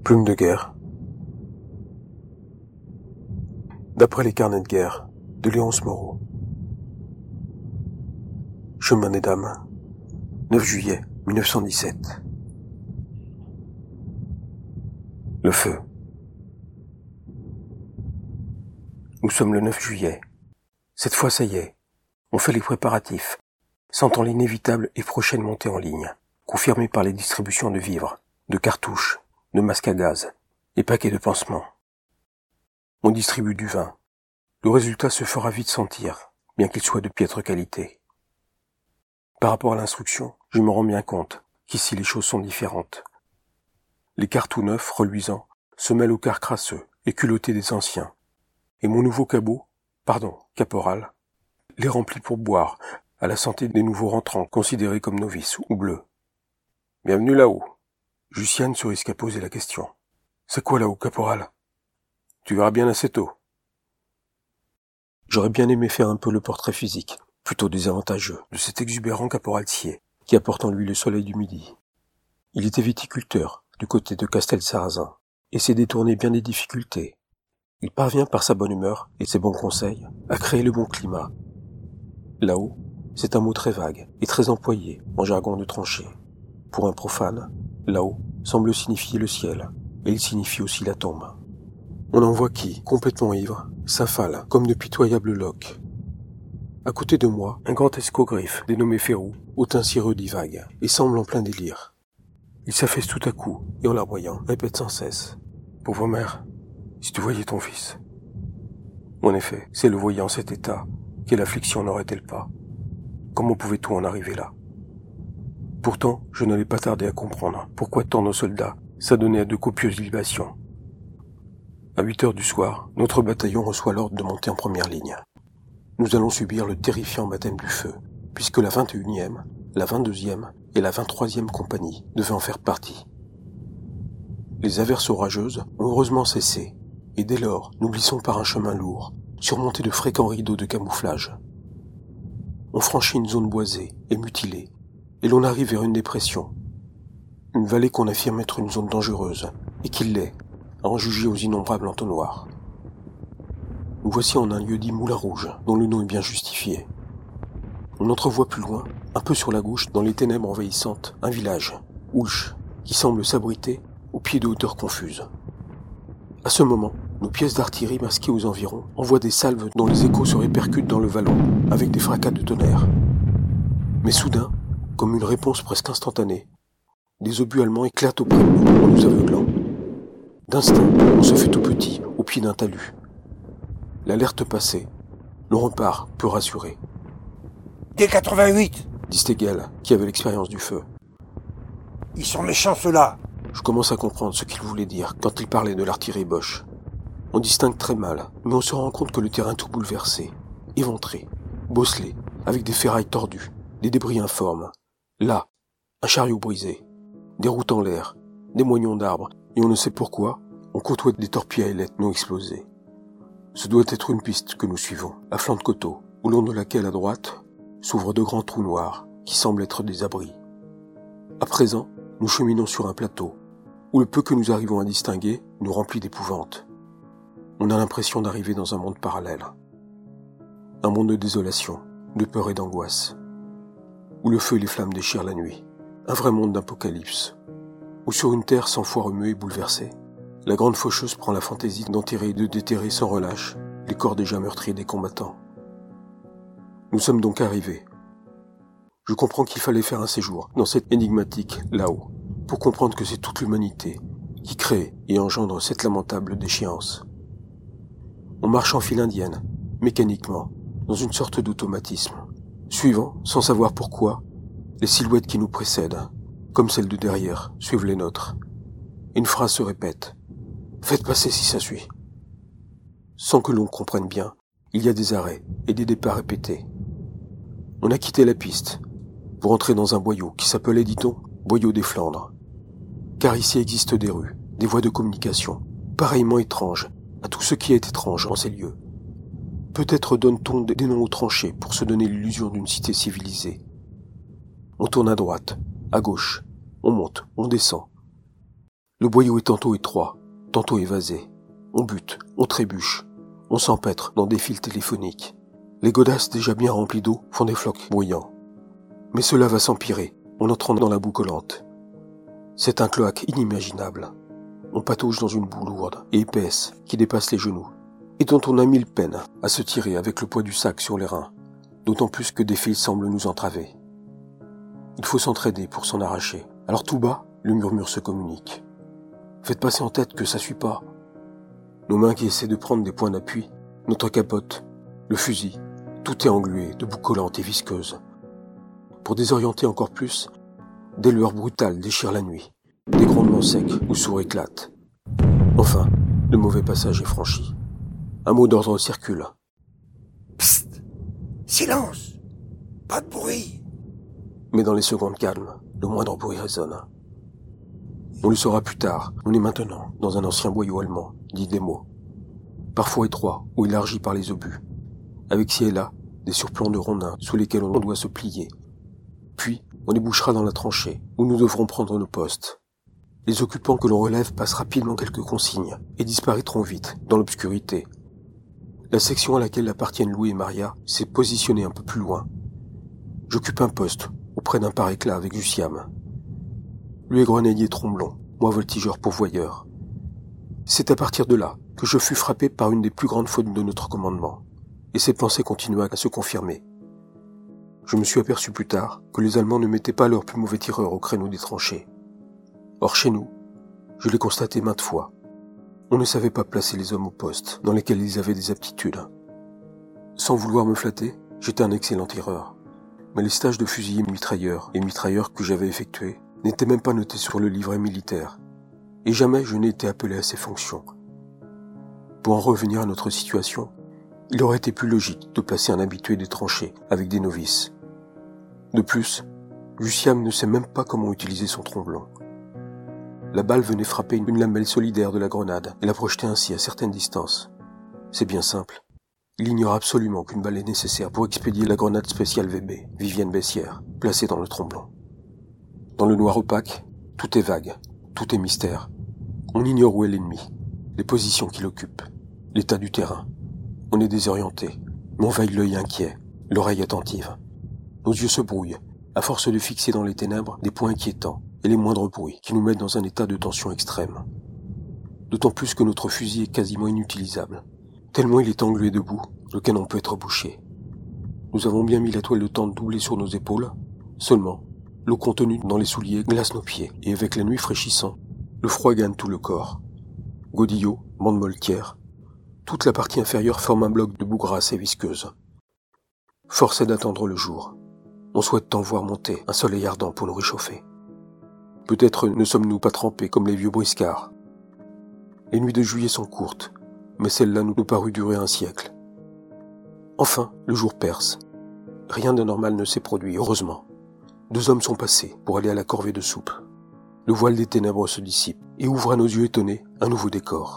Plume de guerre. D'après les carnets de guerre de Léonce Moreau. Chemin des Dames, 9 juillet 1917. Le feu. Nous sommes le 9 juillet. Cette fois, ça y est, on fait les préparatifs, sentant l'inévitable et prochaine montée en ligne, confirmée par les distributions de vivres, de cartouches, de masques à gaz et paquets de pansements. On distribue du vin. Le résultat se fera vite sentir, bien qu'il soit de piètre qualité. Par rapport à l'instruction, je me rends bien compte qu'ici les choses sont différentes. Les cartous neufs, reluisants, se mêlent aux quarts crasseux et culottés des anciens. Et mon nouveau caporal, les remplit pour boire à la santé des nouveaux rentrants considérés comme novices ou bleus. Bienvenue là-haut. Jussiane se risque à poser la question. C'est quoi là-haut, caporal? Tu verras bien assez tôt. J'aurais bien aimé faire un peu le portrait physique, plutôt désavantageux, de cet exubérant caporal Thiers, qui apporte en lui le soleil du midi. Il était viticulteur, du côté de Castel-Sarrazin, et s'est détourné bien des difficultés. Il parvient par sa bonne humeur et ses bons conseils à créer le bon climat. Là-haut, c'est un mot très vague et très employé en jargon de tranchée. Pour un profane, là-haut semble signifier le ciel, et il signifie aussi la tombe. On en voit qui, complètement ivre, s'affale comme de pitoyables loques. À côté de moi, un grand escogriffe, dénommé Férou, au teint cireux divague, et semble en plein délire. Il s'affaisse tout à coup, et en larmoyant, répète sans cesse. « Pauvre mère, si tu voyais ton fils. » En effet, c'est le voyant en cet état, quelle affliction n'aurait-elle pas? Comment pouvait-on en arriver là? Pourtant, je n'allais pas tarder à comprendre pourquoi tant nos soldats s'adonnaient à de copieuses libations. À 8 heures du soir, notre bataillon reçoit l'ordre de monter en première ligne. Nous allons subir le terrifiant baptême du feu, puisque la 21e, la 22e et la 23e compagnie devaient en faire partie. Les averses orageuses ont heureusement cessé, et dès lors, nous glissons par un chemin lourd, surmonté de fréquents rideaux de camouflage. On franchit une zone boisée et mutilée, et l'on arrive vers une dépression. Une vallée qu'on affirme être une zone dangereuse, et qui l'est, à en juger aux innombrables entonnoirs. Nous voici en un lieu dit Moulin Rouge, dont le nom est bien justifié. On entrevoit plus loin, un peu sur la gauche, dans les ténèbres envahissantes, un village, Ouche, qui semble s'abriter au pied de hauteurs confuses. À ce moment, nos pièces d'artillerie masquées aux environs envoient des salves dont les échos se répercutent dans le vallon, avec des fracas de tonnerre. Mais soudain, comme une réponse presque instantanée, des obus allemands éclatent auprès de nous en nous aveuglant. D'instinct, on se fait tout petit, au pied d'un talus. L'alerte passée, l'on repart, peu rassuré. « D88 » dit Stegel, qui avait l'expérience du feu. « Ils sont méchants, ceux-là !» Je commence à comprendre ce qu'il voulait dire quand il parlait de l'artillerie Boche. On distingue très mal, mais on se rend compte que le terrain est tout bouleversé, éventré, bosselé, avec des ferrailles tordues, des débris informes. Là, un chariot brisé, des routes en l'air, des moignons d'arbres, et on ne sait pourquoi, on côtoie des torpilles à ailettes non explosées. Ce doit être une piste que nous suivons, à flanc de coteau, au long de laquelle, à droite, s'ouvrent de grands trous noirs, qui semblent être des abris. À présent, nous cheminons sur un plateau, où le peu que nous arrivons à distinguer nous remplit d'épouvante. On a l'impression d'arriver dans un monde parallèle. Un monde de désolation, de peur et d'angoisse, où le feu et les flammes déchirent la nuit. Un vrai monde d'apocalypse, où sur une terre sans foi remuée et bouleversée, la grande faucheuse prend la fantaisie d'enterrer et de déterrer sans relâche les corps déjà meurtris des combattants. Nous sommes donc arrivés. Je comprends qu'il fallait faire un séjour dans cette énigmatique là-haut, pour comprendre que c'est toute l'humanité qui crée et engendre cette lamentable déchéance. On marche en file indienne, mécaniquement, dans une sorte d'automatisme, suivant, sans savoir pourquoi, les silhouettes qui nous précèdent, comme celles de derrière, suivent les nôtres. Une phrase se répète. « Faites passer si ça suit. » Sans que l'on comprenne bien, il y a des arrêts et des départs répétés. On a quitté la piste pour entrer dans un boyau qui s'appelait, dit-on, boyau des Flandres. Car ici existent des rues, des voies de communication, pareillement étranges à tout ce qui est étrange en ces lieux. Peut-être donne-t-on des noms aux tranchées pour se donner l'illusion d'une cité civilisée. On tourne à droite, à gauche, on monte, on descend. Le boyau est tantôt étroit, tantôt évasé. On bute, on trébuche, on s'empêtre dans des fils téléphoniques. Les godasses déjà bien remplies d'eau font des flocs bruyants. Mais cela va s'empirer en entrant dans la boue collante. C'est un cloaque inimaginable. On patauge dans une boue lourde et épaisse qui dépasse les genoux et dont on a mille peines à se tirer avec le poids du sac sur les reins, d'autant plus que des fils semblent nous entraver. Il faut s'entraider pour s'en arracher. Alors tout bas, le murmure se communique. Faites passer en tête que ça suit pas. Nos mains qui essaient de prendre des points d'appui, notre capote, le fusil, tout est englué de boue collante et visqueuse. Pour désorienter encore plus, des lueurs brutales déchirent la nuit, des grondements secs où sourds éclatent. Enfin, le mauvais passage est franchi. Un mot d'ordre circule. Psst! Silence! Pas de bruit! Mais dans les secondes calmes, le moindre bruit résonne. On le saura plus tard, on est maintenant dans un ancien boyau allemand, dit des mots. Parfois étroit ou élargi par les obus, avec ci et là des surplombs de rondins sous lesquels on doit se plier. Puis, on débouchera dans la tranchée, où nous devrons prendre nos postes. Les occupants que l'on relève passent rapidement quelques consignes et disparaîtront vite dans l'obscurité. La section à laquelle appartiennent Louis et Maria s'est positionnée un peu plus loin. J'occupe un poste auprès d'un pare-éclat avec Jussiam. Lui est grenadier tromblon, moi voltigeur pourvoyeur. C'est à partir de là que je fus frappé par une des plus grandes fautes de notre commandement, et ces pensées continuaient à se confirmer. Je me suis aperçu plus tard que les Allemands ne mettaient pas leurs plus mauvais tireurs au créneau des tranchées. Or chez nous, je l'ai constaté maintes fois, on ne savait pas placer les hommes au poste dans lesquels ils avaient des aptitudes. Sans vouloir me flatter, j'étais un excellent tireur, mais les stages de fusilier mitrailleur et mitrailleur que j'avais effectués n'étaient même pas notés sur le livret militaire, et jamais je n'ai été appelé à ces fonctions. Pour en revenir à notre situation, il aurait été plus logique de placer un habitué des tranchées avec des novices. De plus, Jussiam ne sait même pas comment utiliser son tromblon. La balle venait frapper une lamelle solidaire de la grenade et la projeter ainsi à certaines distances. C'est bien simple. Il ignore absolument qu'une balle est nécessaire pour expédier la grenade spéciale VB, Vivienne Bessière, placée dans le tromblon. Dans le noir opaque, tout est vague, tout est mystère. On ignore où est l'ennemi, les positions qu'il occupe, l'état du terrain. On est désorienté, mais on veille l'œil inquiet, l'oreille attentive. Nos yeux se brouillent, à force de fixer dans les ténèbres des points inquiétants et les moindres bruits qui nous mettent dans un état de tension extrême. D'autant plus que notre fusil est quasiment inutilisable, tellement il est englué de boue, le canon peut être bouché. Nous avons bien mis la toile de tente doublée sur nos épaules, seulement, l'eau contenue dans les souliers glace nos pieds, et avec la nuit fraîchissant, le froid gagne tout le corps. Godillot, bande moltière, toute la partie inférieure forme un bloc de boue grasse et visqueuse. Force est d'attendre le jour. On souhaite tant voir monter un soleil ardent pour nous réchauffer. Peut-être ne sommes-nous pas trempés comme les vieux briscards. Les nuits de juillet sont courtes, mais celle-là nous parut durer un siècle. Enfin, le jour perce. Rien d'anormal ne s'est produit, heureusement. 2 hommes sont passés pour aller à la corvée de soupe. Le voile des ténèbres se dissipe et ouvre à nos yeux étonnés un nouveau décor.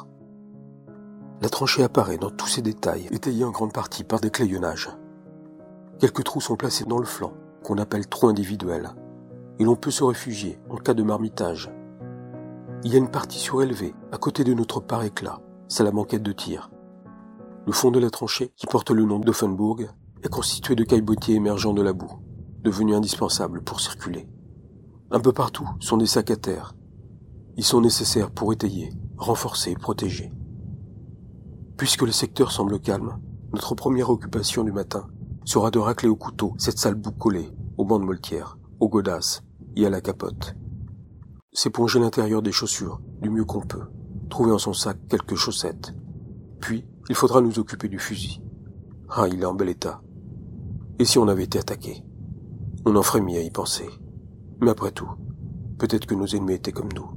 La tranchée apparaît dans tous ses détails, étayée en grande partie par des claillonnages. Quelques trous sont placés dans le flanc, qu'on appelle trous individuels, et l'on peut se réfugier en cas de marmitage. Il y a une partie surélevée, à côté de notre pare-éclat, c'est la banquette de tir. Le fond de la tranchée, qui porte le nom d'Offenburg, est constitué de caillebotiers émergeant de la boue, devenus indispensables pour circuler. Un peu partout sont des sacs à terre. Ils sont nécessaires pour étayer, renforcer et protéger. Puisque le secteur semble calme, notre première occupation du matin sera de racler au couteau cette sale boue collée aux bandes moltières, aux godasses et à la capote. S'éponger l'intérieur des chaussures du mieux qu'on peut, trouver en son sac quelques chaussettes. Puis, il faudra nous occuper du fusil. Ah, il est en bel état. Et si on avait été attaqué? On en frémit à y penser. Mais après tout, peut-être que nos ennemis étaient comme nous.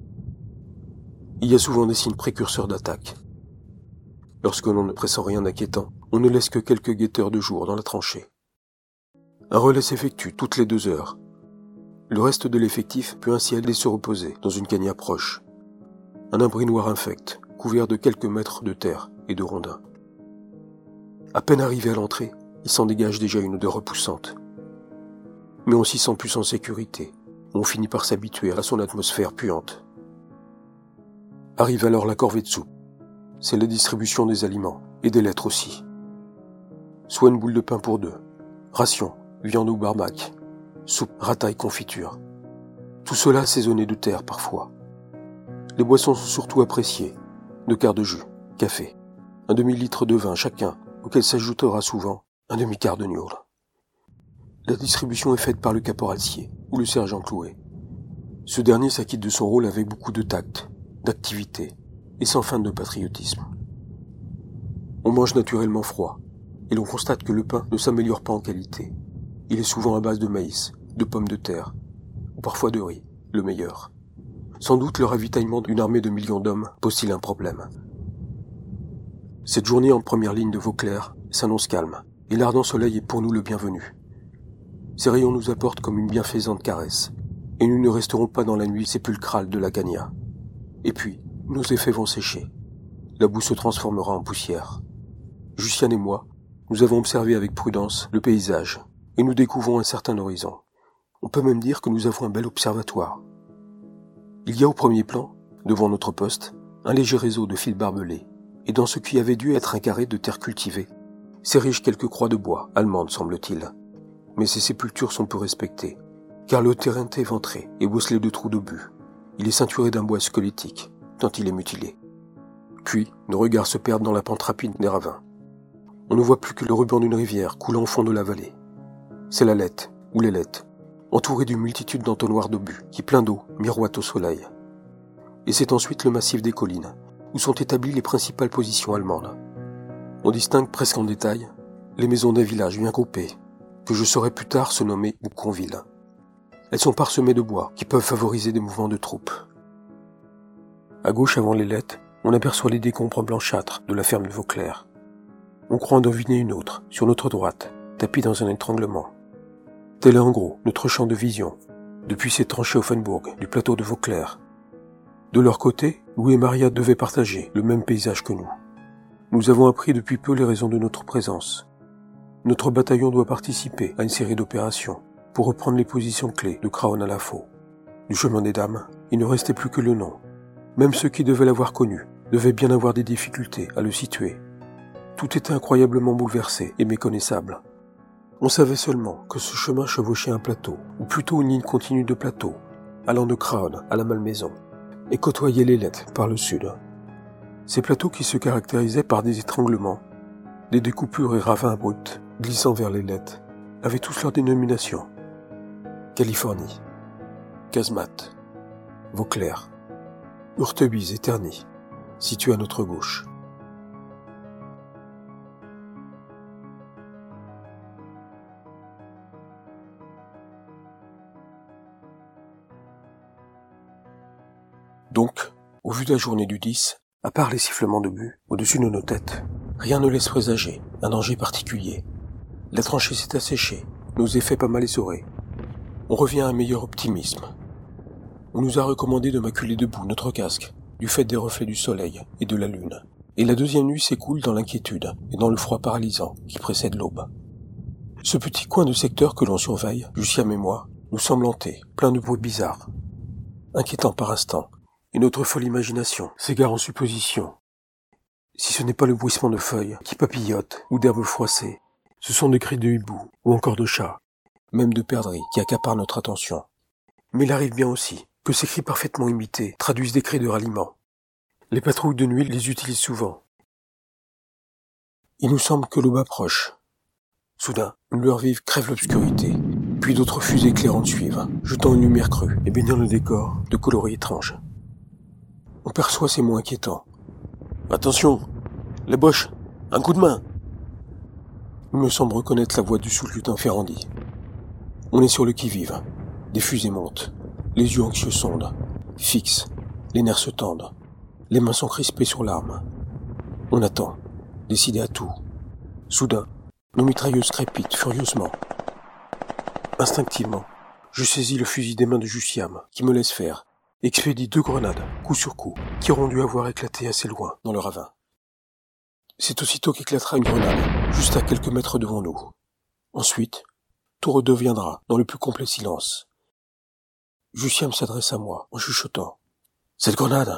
Il y a souvent des signes précurseurs d'attaque. Lorsque l'on ne pressent rien d'inquiétant, on ne laisse que quelques guetteurs de jour dans la tranchée. Un relais s'effectue toutes les 2 heures. Le reste de l'effectif peut ainsi aller se reposer dans une cagnette proche. Un abri noir infect, couvert de quelques mètres de terre et de rondins. À peine arrivé à l'entrée, il s'en dégage déjà une odeur repoussante. Mais on s'y sent plus en sécurité. On finit par s'habituer à son atmosphère puante. Arrive alors la corvée de soupe. C'est la distribution des aliments, et des lettres aussi. Soit une boule de pain pour deux, ration, viande ou barbac, soupe, rataille, confiture. Tout cela assaisonné de terre parfois. Les boissons sont surtout appréciées, 2 quarts de jus, café, un demi-litre de vin chacun, auquel s'ajoutera souvent un demi-quart de gnôle. La distribution est faite par le caporalcier ou le sergent cloué. Ce dernier s'acquitte de son rôle avec beaucoup de tact, d'activité et sans feinte de patriotisme. On mange naturellement froid, et l'on constate que le pain ne s'améliore pas en qualité. Il est souvent à base de maïs, de pommes de terre, ou parfois de riz, le meilleur. Sans doute le ravitaillement d'une armée de millions d'hommes pose-t-il un problème. Cette journée en première ligne de Vauclair s'annonce calme, et l'ardent soleil est pour nous le bienvenu. Ces rayons nous apportent comme une bienfaisante caresse, et nous ne resterons pas dans la nuit sépulcrale de la Gagna. Et puis, nos effets vont sécher. La boue se transformera en poussière. Jussiane et moi, nous avons observé avec prudence le paysage, et nous découvrons un certain horizon. On peut même dire que nous avons un bel observatoire. Il y a au premier plan, devant notre poste, un léger réseau de fils barbelés, et dans ce qui avait dû être un carré de terre cultivée, s'érigent quelques croix de bois, allemandes semble-t-il. Mais ces sépultures sont peu respectées, car le terrain est éventré et bosselé de trous d'obus. Il est ceinturé d'un bois squelettique, tant il est mutilé. Puis, nos regards se perdent dans la pente rapide des ravins. On ne voit plus que le ruban d'une rivière coulant au fond de la vallée. C'est la Lette, ou les Lettes, entourée d'une multitude d'entonnoirs d'obus qui, pleins d'eau, miroitent au soleil. Et c'est ensuite le massif des collines, où sont établies les principales positions allemandes. On distingue presque en détail les maisons d'un village bien groupées, que je saurai plus tard se nommer Bouconville. Elles sont parsemées de bois qui peuvent favoriser des mouvements de troupes. À gauche, avant les Lettes, on aperçoit les décombres blanchâtres de la ferme de Vauclair. On croit en deviner une autre, sur notre droite, tapie dans un étranglement. Tel est en gros notre champ de vision, depuis ces tranchées Offenbourg du plateau de Vauclair. De leur côté, Louis et Maria devaient partager le même paysage que nous. Nous avons appris depuis peu les raisons de notre présence. Notre bataillon doit participer à une série d'opérations pour reprendre les positions clés de Craonne à la Faux. Du chemin des dames, il ne restait plus que le nom. Même ceux qui devaient l'avoir connu devaient bien avoir des difficultés à le situer. Tout était incroyablement bouleversé et méconnaissable. On savait seulement que ce chemin chevauchait un plateau, ou plutôt une ligne continue de plateaux, allant de Craonne à la Malmaison, et côtoyait les Lettes par le sud. Ces plateaux qui se caractérisaient par des étranglements, des découpures et ravins abrupts, glissant vers les Lettes, avaient tous leur dénomination. Californie, Casemate, Vauclair, Urtebise et Terny, situés à notre gauche. Donc, au vu de la journée du 10, à part les sifflements de but au-dessus de nos têtes, rien ne laisse présager un danger particulier. La tranchée s'est asséchée, nos effets pas mal essorés. On revient à un meilleur optimisme. On nous a recommandé de maculer debout notre casque, du fait des reflets du soleil et de la lune. Et la deuxième nuit s'écoule dans l'inquiétude et dans le froid paralysant qui précède l'aube. Ce petit coin de secteur que l'on surveille, Jussiam et moi, nous semble hanté, plein de bruits bizarres, inquiétant par instant. Et notre folle imagination s'égare en supposition. Si ce n'est pas le bruissement de feuilles qui papillotent ou d'herbes froissées, ce sont des cris de hibou ou encore de chats, même de perdrix qui accaparent notre attention. Mais il arrive bien aussi que ces cris parfaitement imités traduisent des cris de ralliement. Les patrouilles de nuit les utilisent souvent. Il nous semble que l'aube approche. Soudain, une lueur vive crève l'obscurité, puis d'autres fusées éclairantes suivent, jetant une lumière crue et baignant le décor de coloris étranges. On perçoit ces mots inquiétants. « Attention, les Boches, un coup de main !» Il me semble reconnaître la voix du sous-lieutenant Ferrandi. On est sur le qui-vive. Des fusées montent. Les yeux anxieux sondent. Fixes. Les nerfs se tendent. Les mains sont crispées sur l'arme. On attend, décidé à tout. Soudain, nos mitrailleuses crépitent furieusement. Instinctivement, je saisis le fusil des mains de Jussiam, qui me laisse faire, expédie 2 grenades, coup sur coup, qui auront dû avoir éclaté assez loin, dans le ravin. C'est aussitôt qu'éclatera une grenade, juste à quelques mètres devant nous. Ensuite, tout redeviendra dans le plus complet silence. Jussiam s'adresse à moi, en chuchotant. « Cette grenade,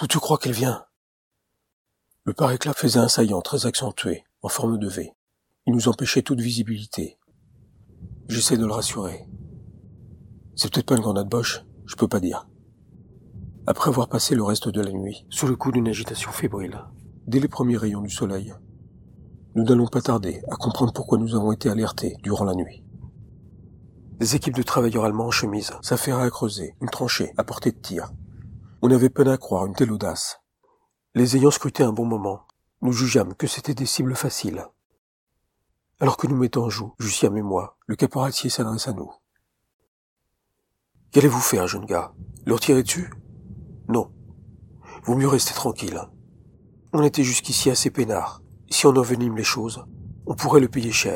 D'où tu crois qu'elle vient? Le pare-éclat faisait un saillant très accentué, en forme de V. Il nous empêchait toute visibilité. J'essaie de le rassurer. C'est peut-être pas une grenade Bosch, je peux pas dire. Après avoir passé le reste de la nuit, sous le coup d'une agitation fébrile, dès les premiers rayons du soleil, nous n'allons pas tarder à comprendre pourquoi nous avons été alertés durant la nuit. Des équipes de travailleurs allemands en chemise s'affairaient à creuser une tranchée à portée de tir. On avait peine à croire une telle audace. Les ayant scrutés un bon moment, nous jugeâmes que c'était des cibles faciles. Alors que nous mettons en joue, Jussiam et moi, le caporatier s'adresse à nous. « Qu'allez-vous faire, jeune gars? Leur tirer dessus? Non. Vaut mieux rester tranquille. On était jusqu'ici assez peinards. Si on envenime les choses, on pourrait le payer cher. »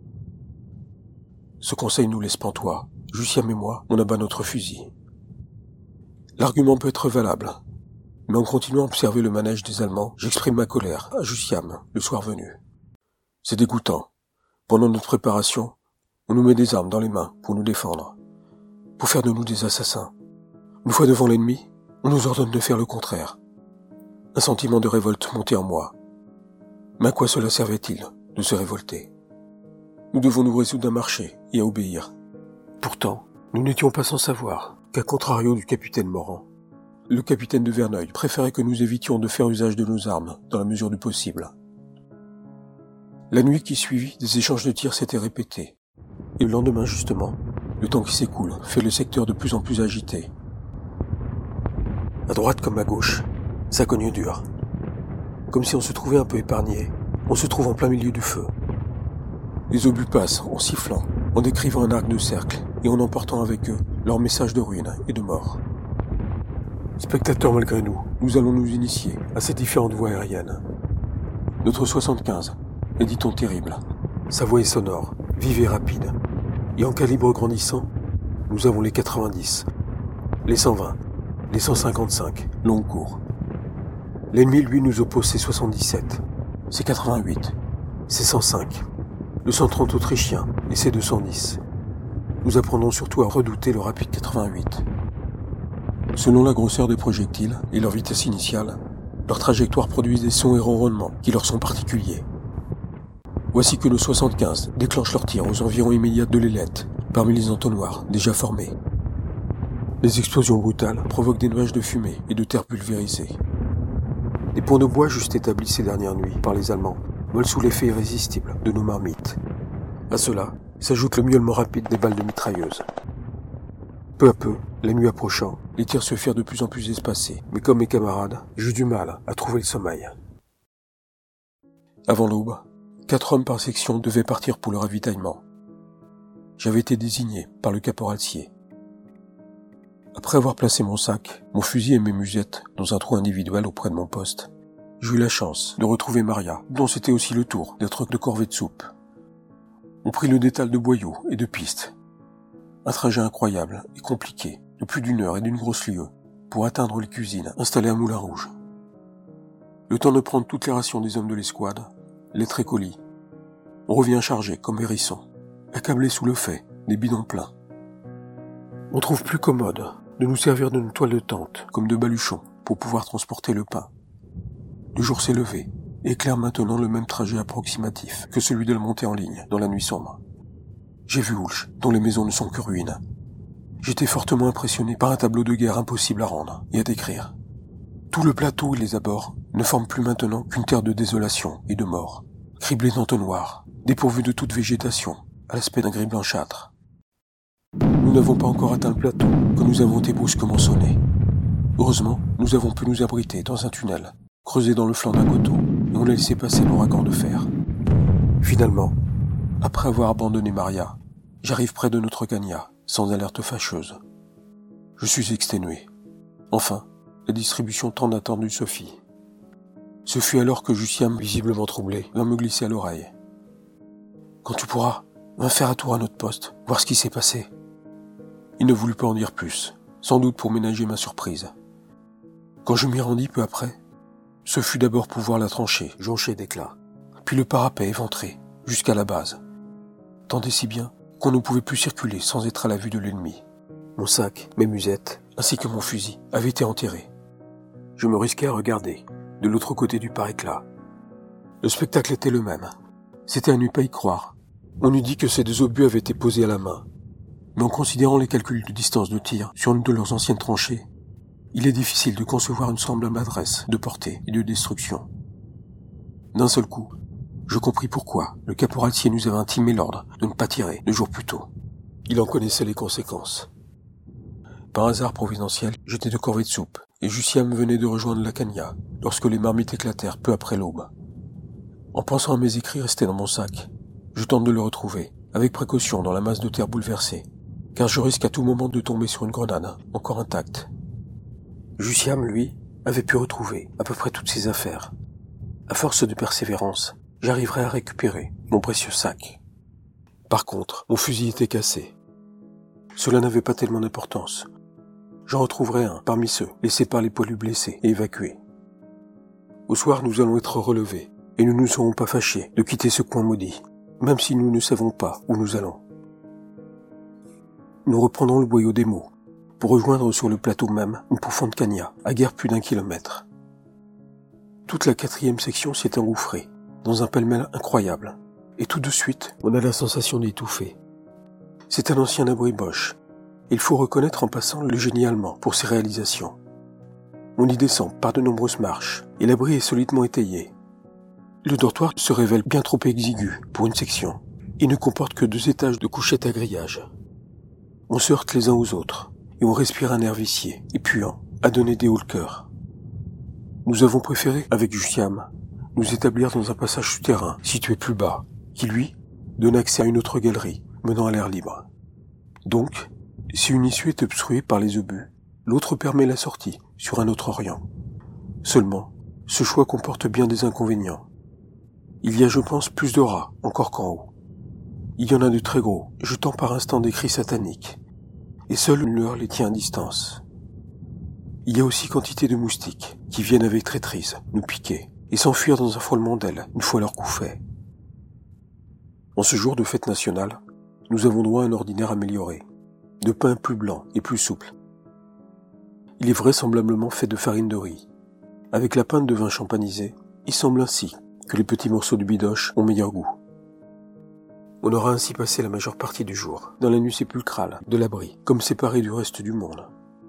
Ce conseil nous laisse pantois. Jussiam et moi, on abat notre fusil. L'argument peut être valable, mais en continuant à observer le manège des Allemands, j'exprime ma colère à Jussiam le soir venu. C'est dégoûtant. Pendant notre préparation, on nous met des armes dans les mains pour nous défendre, pour faire de nous des assassins. Une fois devant l'ennemi, on nous ordonne de faire le contraire. Un sentiment de révolte montait en moi. Mais à quoi cela servait-il de se révolter? Nous devons nous résoudre à marcher et à obéir. Pourtant, nous n'étions pas sans savoir qu'à contrario du capitaine Morand, le capitaine de Verneuil préférait que nous évitions de faire usage de nos armes dans la mesure du possible. La nuit qui suivit, des échanges de tirs s'étaient répétés. Et le lendemain, justement, le temps qui s'écoule fait le secteur de plus en plus agité. À droite comme à gauche, ça cogne dur. Comme si on se trouvait un peu épargné, on se trouve en plein milieu du feu. Les obus passent en sifflant, en décrivant un arc de cercle et en emportant avec eux leur message de ruine et de mort. Spectateurs malgré nous, nous allons nous initier à ces différentes voies aériennes. Notre 75 est dit-on terrible. Sa voix est sonore, vive et rapide. Et en calibre grandissant, nous avons les 90, les 120, les 155, long cours. L'ennemi, lui, nous oppose ses 77, ses 88, ses 105, le 130 autrichien et ses 210. Nous apprenons surtout à redouter le rapide 88. Selon la grosseur des projectiles et leur vitesse initiale, leurs trajectoires produisent des sons et ronronnements qui leur sont particuliers. Voici que nos 75 déclenchent leur tir aux environs immédiats de l'ailette, parmi les entonnoirs déjà formés. Les explosions brutales provoquent des nuages de fumée et de terre pulvérisée. Les ponts de bois juste établis ces dernières nuits par les Allemands volent sous l'effet irrésistible de nos marmites. À cela s'ajoute le miaulement rapide des balles de mitrailleuses. Peu à peu, la nuit approchant, les tirs se firent de plus en plus espacés, mais comme mes camarades, j'eus du mal à trouver le sommeil. Avant l'aube, 4 hommes par section devaient partir pour le ravitaillement. J'avais été désigné par le caporalcier. Après avoir placé mon sac, mon fusil et mes musettes dans un trou individuel auprès de mon poste, j'eus la chance de retrouver Maria, dont c'était aussi le tour d'être de corvée de soupe. On prit le détal de boyaux et de pistes. Un trajet incroyable et compliqué, de plus d'1 heure et d'une grosse lieue, pour atteindre les cuisines installées à Moulin Rouge. Le temps de prendre toutes les rations des hommes de l'escouade, lettres et colis. On revient chargé comme hérissons, accablé sous le fait, des bidons pleins. On trouve plus commode de nous servir de nos toiles de tente comme de baluchons pour pouvoir transporter le pain. Le jour s'est levé et éclaire maintenant le même trajet approximatif que celui de la montée en ligne dans la nuit sombre. J'ai vu Oulch, dont les maisons ne sont que ruines. J'étais fortement impressionné par un tableau de guerre impossible à rendre et à décrire. Tout le plateau et les abords ne forment plus maintenant qu'une terre de désolation et de mort, criblée d'entonnoirs, dépourvue de toute végétation, à l'aspect d'un gris blanchâtre. Nous n'avons pas encore atteint le plateau que nous avons été brusquement sonnés. Heureusement, nous avons pu nous abriter dans un tunnel, creusé dans le flanc d'un coteau, et on a laissé passer l'ouragan de fer. Finalement, après avoir abandonné Maria, j'arrive près de notre Cagna, sans alerte fâcheuse. Je suis exténué. Enfin, la distribution tant attendue se fit. Ce fut alors que Jussiam, visiblement troublé, vint me glisser à l'oreille. « Quand tu pourras, viens faire un tour à notre poste, voir ce qui s'est passé. » Il ne voulut pas en dire plus, sans doute pour ménager ma surprise. Quand je m'y rendis peu après, ce fut d'abord pour voir la tranchée jonchée d'éclats, puis le parapet éventré, jusqu'à la base. Tant et si bien qu'on ne pouvait plus circuler sans être à la vue de l'ennemi. Mon sac, mes musettes, ainsi que mon fusil avaient été enterrés. Je me risquai à regarder, de l'autre côté du par-éclat. Le spectacle était le même. C'était à ne pas y croire. On eût dit que ces 2 obus avaient été posés à la main. Mais en considérant les calculs de distance de tir sur une de leurs anciennes tranchées, il est difficile de concevoir une semblable adresse de portée et de destruction. D'un seul coup, je compris pourquoi le caporalcier nous avait intimé l'ordre de ne pas tirer 2 jours plus tôt. Il en connaissait les conséquences. Par hasard providentiel, j'étais de corvée de soupe, et Jussiam venait de rejoindre la Cagna, lorsque les marmites éclatèrent peu après l'aube. En pensant à mes écrits restés dans mon sac, je tente de le retrouver, avec précaution dans la masse de terre bouleversée, car je risque à tout moment de tomber sur une grenade, encore intacte. Jussiam, lui, avait pu retrouver à peu près toutes ses affaires. À force de persévérance, j'arriverai à récupérer mon précieux sac. Par contre, mon fusil était cassé. Cela n'avait pas tellement d'importance. J'en retrouverai un parmi ceux laissés par les poilus blessés et évacués. Au soir, nous allons être relevés, et nous ne serons pas fâchés de quitter ce coin maudit, même si nous ne savons pas où nous allons. Nous reprendrons le boyau des mots, pour rejoindre sur le plateau même une profonde cagna, à guère plus d'1 kilomètre. Toute la 4e section s'est engouffrée, dans un pêle-mêle incroyable, et tout de suite, on a la sensation d'étouffer. C'est un ancien abri Boche. Il faut reconnaître en passant le génie allemand pour ses réalisations. On y descend par de nombreuses marches, et l'abri est solidement étayé. Le dortoir se révèle bien trop exigu pour une section. Il ne comporte que 2 étages de couchettes à grillage. On se heurte les uns aux autres, et on respire un air vicié et puant, à donner des hauts le cœur. Nous avons préféré, avec Jussiam, nous établir dans un passage souterrain situé plus bas, qui lui donne accès à une autre galerie menant à l'air libre. Donc, si une issue est obstruée par les obus, l'autre permet la sortie sur un autre orient. Seulement, ce choix comporte bien des inconvénients. Il y a, je pense, plus de rats encore qu'en haut. Il y en a de très gros, jetant par instant des cris sataniques, et seule une lueur les tient à distance. Il y a aussi quantité de moustiques qui viennent avec traîtrise nous piquer et s'enfuir dans un frôlement d'ailes une fois leur coup fait. En ce jour de fête nationale, nous avons droit à un ordinaire amélioré, de pain plus blanc et plus souple. Il est vraisemblablement fait de farine de riz. Avec la pinte de vin champanisé, il semble ainsi que les petits morceaux de bidoche ont meilleur goût. On aura ainsi passé la majeure partie du jour dans la nuit sépulcrale de l'abri, comme séparé du reste du monde.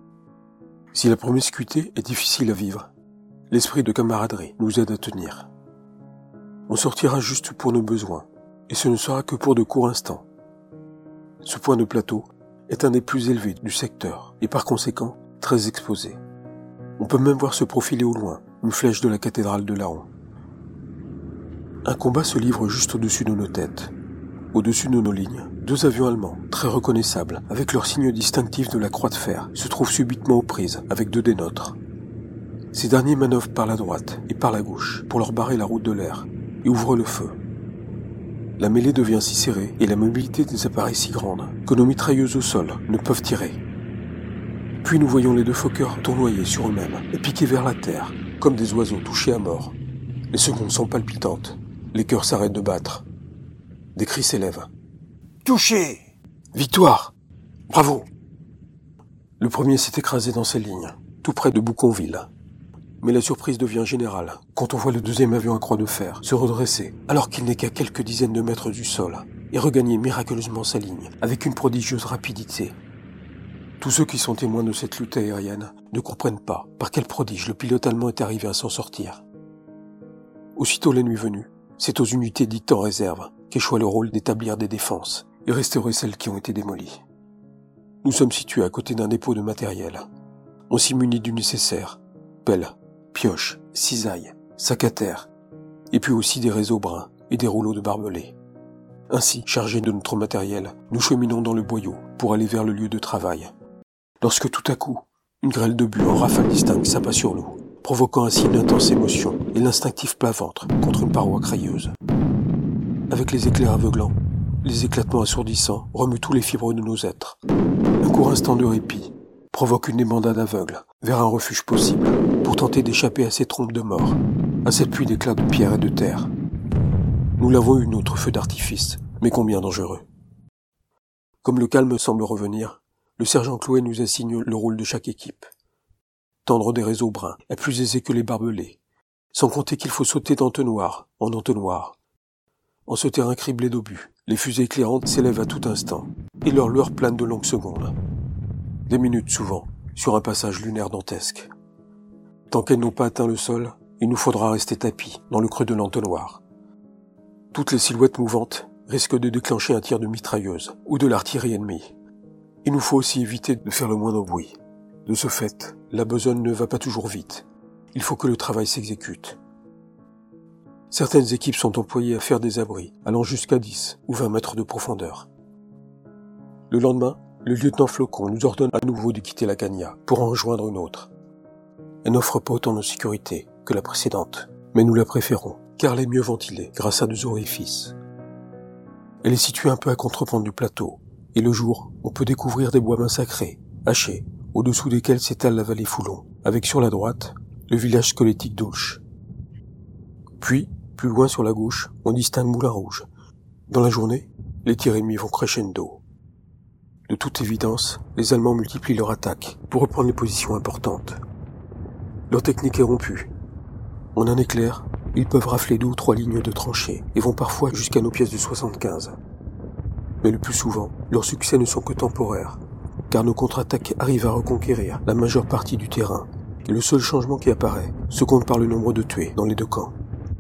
Si la promiscuité est difficile à vivre, l'esprit de camaraderie nous aide à tenir. On sortira juste pour nos besoins, et ce ne sera que pour de courts instants. Ce point de plateau est un des plus élevés du secteur, et par conséquent très exposé. On peut même voir se profiler au loin une flèche de la cathédrale de Laon. Un combat se livre juste au-dessus de nos têtes. Au-dessus de nos lignes, 2 avions allemands, très reconnaissables, avec leur signe distinctif de la croix de fer, se trouvent subitement aux prises avec 2 des nôtres. Ces derniers manœuvrent par la droite et par la gauche pour leur barrer la route de l'air et ouvrent le feu. La mêlée devient si serrée et la mobilité des appareils si grande que nos mitrailleuses au sol ne peuvent tirer. Puis nous voyons les 2 Fokkers tournoyer sur eux-mêmes et piquer vers la terre, comme des oiseaux touchés à mort. Les secondes sont palpitantes, les cœurs s'arrêtent de battre. Des cris s'élèvent. Touché! Victoire! Bravo! Le premier s'est écrasé dans ses lignes, tout près de Bouconville. Mais la surprise devient générale quand on voit le 2e avion à croix de fer se redresser alors qu'il n'est qu'à quelques dizaines de mètres du sol et regagner miraculeusement sa ligne avec une prodigieuse rapidité. Tous ceux qui sont témoins de cette lutte aérienne ne comprennent pas par quel prodige le pilote allemand est arrivé à s'en sortir. Aussitôt la nuit venue, c'est aux unités dites en réserve qu'échoit le rôle d'établir des défenses et restaurer celles qui ont été démolies. Nous sommes situés à côté d'un dépôt de matériel. On s'y munit du nécessaire, pelle, pioche, cisaille, sac à terre, et puis aussi des réseaux bruns et des rouleaux de barbelés. Ainsi, chargés de notre matériel, nous cheminons dans le boyau pour aller vers le lieu de travail. Lorsque tout à coup, une grêle de buée en rafale distincte s'abat sur nous, provoquant ainsi une intense émotion et l'instinctif plat-ventre contre une paroi crayeuse. Avec les éclairs aveuglants, les éclatements assourdissants remuent tous les fibres de nos êtres. Un court instant de répit provoque une débandade aveugle vers un refuge possible pour tenter d'échapper à ces trompes de mort, à cette pluie d'éclats de pierre et de terre. Nous l'avons eu notre feu d'artifice, mais combien dangereux. Comme le calme semble revenir, le sergent Chloé nous assigne le rôle de chaque équipe. tendre des réseaux bruns est plus aisé que les barbelés, sans compter qu'il faut sauter d'entonnoir en entonnoir. En ce terrain criblé d'obus, les fusées éclairantes s'élèvent à tout instant, et leur lueur plane de longues secondes. Des minutes souvent, sur un passage lunaire dantesque. Tant qu'elles n'ont pas atteint le sol, il nous faudra rester tapis dans le creux de l'entonnoir. Toutes les silhouettes mouvantes risquent de déclencher un tir de mitrailleuse ou de l'artillerie ennemie. Il nous faut aussi éviter de faire le moindre bruit. De ce fait, la besogne ne va pas toujours vite. Il faut que le travail s'exécute. Certaines équipes sont employées à faire des abris allant jusqu'à 10 ou 20 mètres de profondeur. Le lendemain, le lieutenant Flocon nous ordonne à nouveau de quitter la Cagna pour en rejoindre une autre. Elle n'offre pas autant de sécurité que la précédente, mais nous la préférons car elle est mieux ventilée grâce à 2 orifices. Elle est située un peu à contre-pente du plateau, et le jour, on peut découvrir des bois massacrés, hachés, au-dessous desquels s'étale la vallée Foulon, avec sur la droite, le village squelettique d'Auch. Puis, plus loin sur la gauche, on distingue Moulin Rouge. Dans la journée, les tirs ennemis vont crescendo. De toute évidence, les Allemands multiplient leur attaque pour reprendre les positions importantes. Leur technique est rompue. En un éclair, ils peuvent rafler 2 ou 3 lignes de tranchées et vont parfois jusqu'à nos pièces du 75. Mais le plus souvent, leurs succès ne sont que temporaires, car nos contre-attaques arrivent à reconquérir la majeure partie du terrain, et le seul changement qui apparaît se compte par le nombre de tués dans les 2 camps.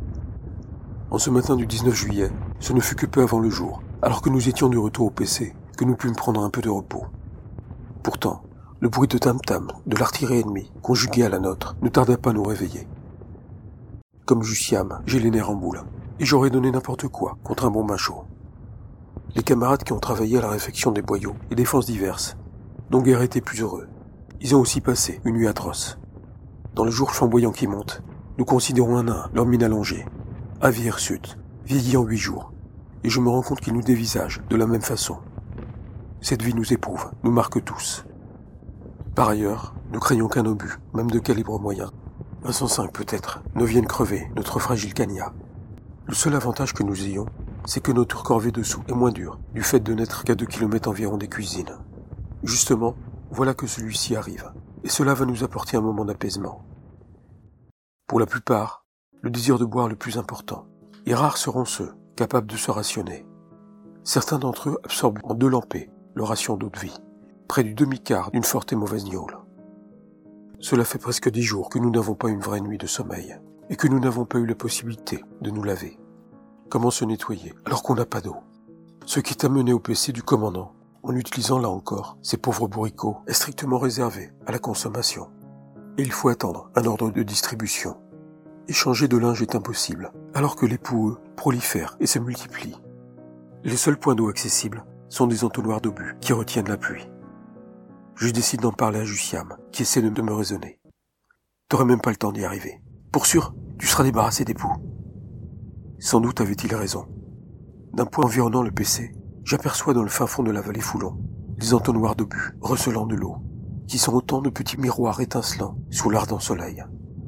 En ce matin du 19 juillet, ce ne fut que peu avant le jour, alors que nous étions de retour au PC, que nous pûmes prendre un peu de repos. Pourtant, le bruit de tam-tam de l'artillerie ennemie, conjugué à la nôtre, ne tarda pas à nous réveiller. Comme Jussiam, j'ai les nerfs en boule, et j'aurais donné n'importe quoi contre un bon macho. Les camarades qui ont travaillé à la réfection des boyaux et défenses diverses n'ont guère été plus heureux. Ils ont aussi passé une nuit atroce. Dans le jour flamboyant qui monte, nous considérons un à un leur mine allongée, à vie hirsute, vieillie en 8 jours, et je me rends compte qu'ils nous dévisagent de la même façon. Cette vie nous éprouve, nous marque tous. Par ailleurs, nous craignons qu'un obus, même de calibre moyen, un 105 peut-être, ne vienne crever notre fragile Cagna. Le seul avantage que nous ayons, c'est que notre corvée dessous est moins dure, du fait de n'être qu'à 2 km environ des cuisines. Justement, voilà que celui-ci arrive, et cela va nous apporter un moment d'apaisement. Pour la plupart, le désir de boire est le plus important, et rares seront ceux capables de se rationner. Certains d'entre eux absorbent en 2 lampées leur ration d'eau de vie, près du demi-quart d'une forte et mauvaise gnôle. Cela fait presque 10 jours que nous n'avons pas une vraie nuit de sommeil, et que nous n'avons pas eu la possibilité de nous laver. Comment se nettoyer alors qu'on n'a pas d'eau? Ce qui est amené au PC du commandant, en utilisant là encore ces pauvres bourricots, est strictement réservé à la consommation. Et il faut attendre un ordre de distribution. Échanger de linge est impossible, alors que les poux prolifèrent et se multiplient. Les seuls points d'eau accessibles sont des entonnoirs d'obus qui retiennent la pluie. Je décide d'en parler à Jussiam, qui essaie de me raisonner. T'aurais même pas le temps d'y arriver. Pour sûr, tu seras débarrassé des poux. Sans doute avait-il raison. D'un point environnant le PC, j'aperçois dans le fin fond de la vallée Foulon des entonnoirs d'obus recelant de l'eau, qui sont autant de petits miroirs étincelants sous l'ardent soleil.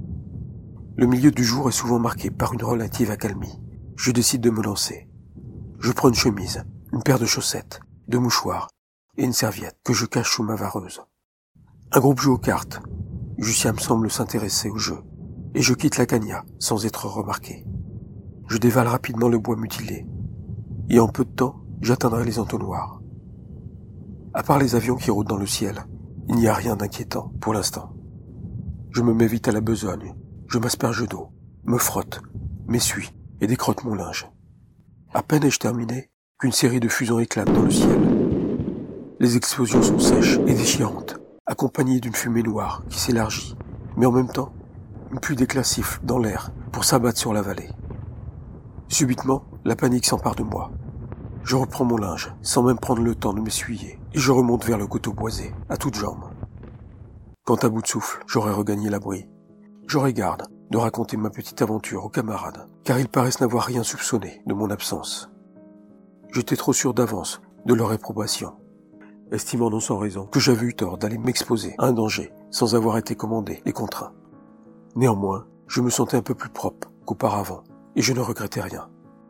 Le milieu du jour est souvent marqué par une relative accalmie. Je décide de me lancer. Je prends une chemise, une paire de chaussettes, 2 mouchoirs et une serviette que je cache sous ma vareuse. Un groupe joue aux cartes. Jussiam semble s'intéresser au jeu, et je quitte la Cagna sans être remarqué. Je dévale rapidement le bois mutilé, et en peu de temps, j'atteindrai les entonnoirs. À part les avions qui rôdent dans le ciel, il n'y a rien d'inquiétant pour l'instant. Je me mets vite à la besogne, je m'asperge d'eau, me frotte, m'essuie et décrotte mon linge. À peine ai-je terminé qu'une série de fusons éclate dans le ciel. Les explosions sont sèches et déchirantes, accompagnées d'une fumée noire qui s'élargit, mais en même temps, une pluie d'éclats siffle dans l'air pour s'abattre sur la vallée. Subitement, la panique s'empare de moi. Je reprends mon linge, sans même prendre le temps de m'essuyer, et je remonte vers le coteau boisé, à toutes jambes. Quand à bout de souffle, j'aurai regagné l'abri, j'aurai garde de raconter ma petite aventure aux camarades, car ils paraissent n'avoir rien soupçonné de mon absence. J'étais trop sûr d'avance de leur réprobation, estimant non sans raison que j'avais eu tort d'aller m'exposer à un danger sans avoir été commandé et contraint. Néanmoins, je me sentais un peu plus propre qu'auparavant, et je ne regrettais rien.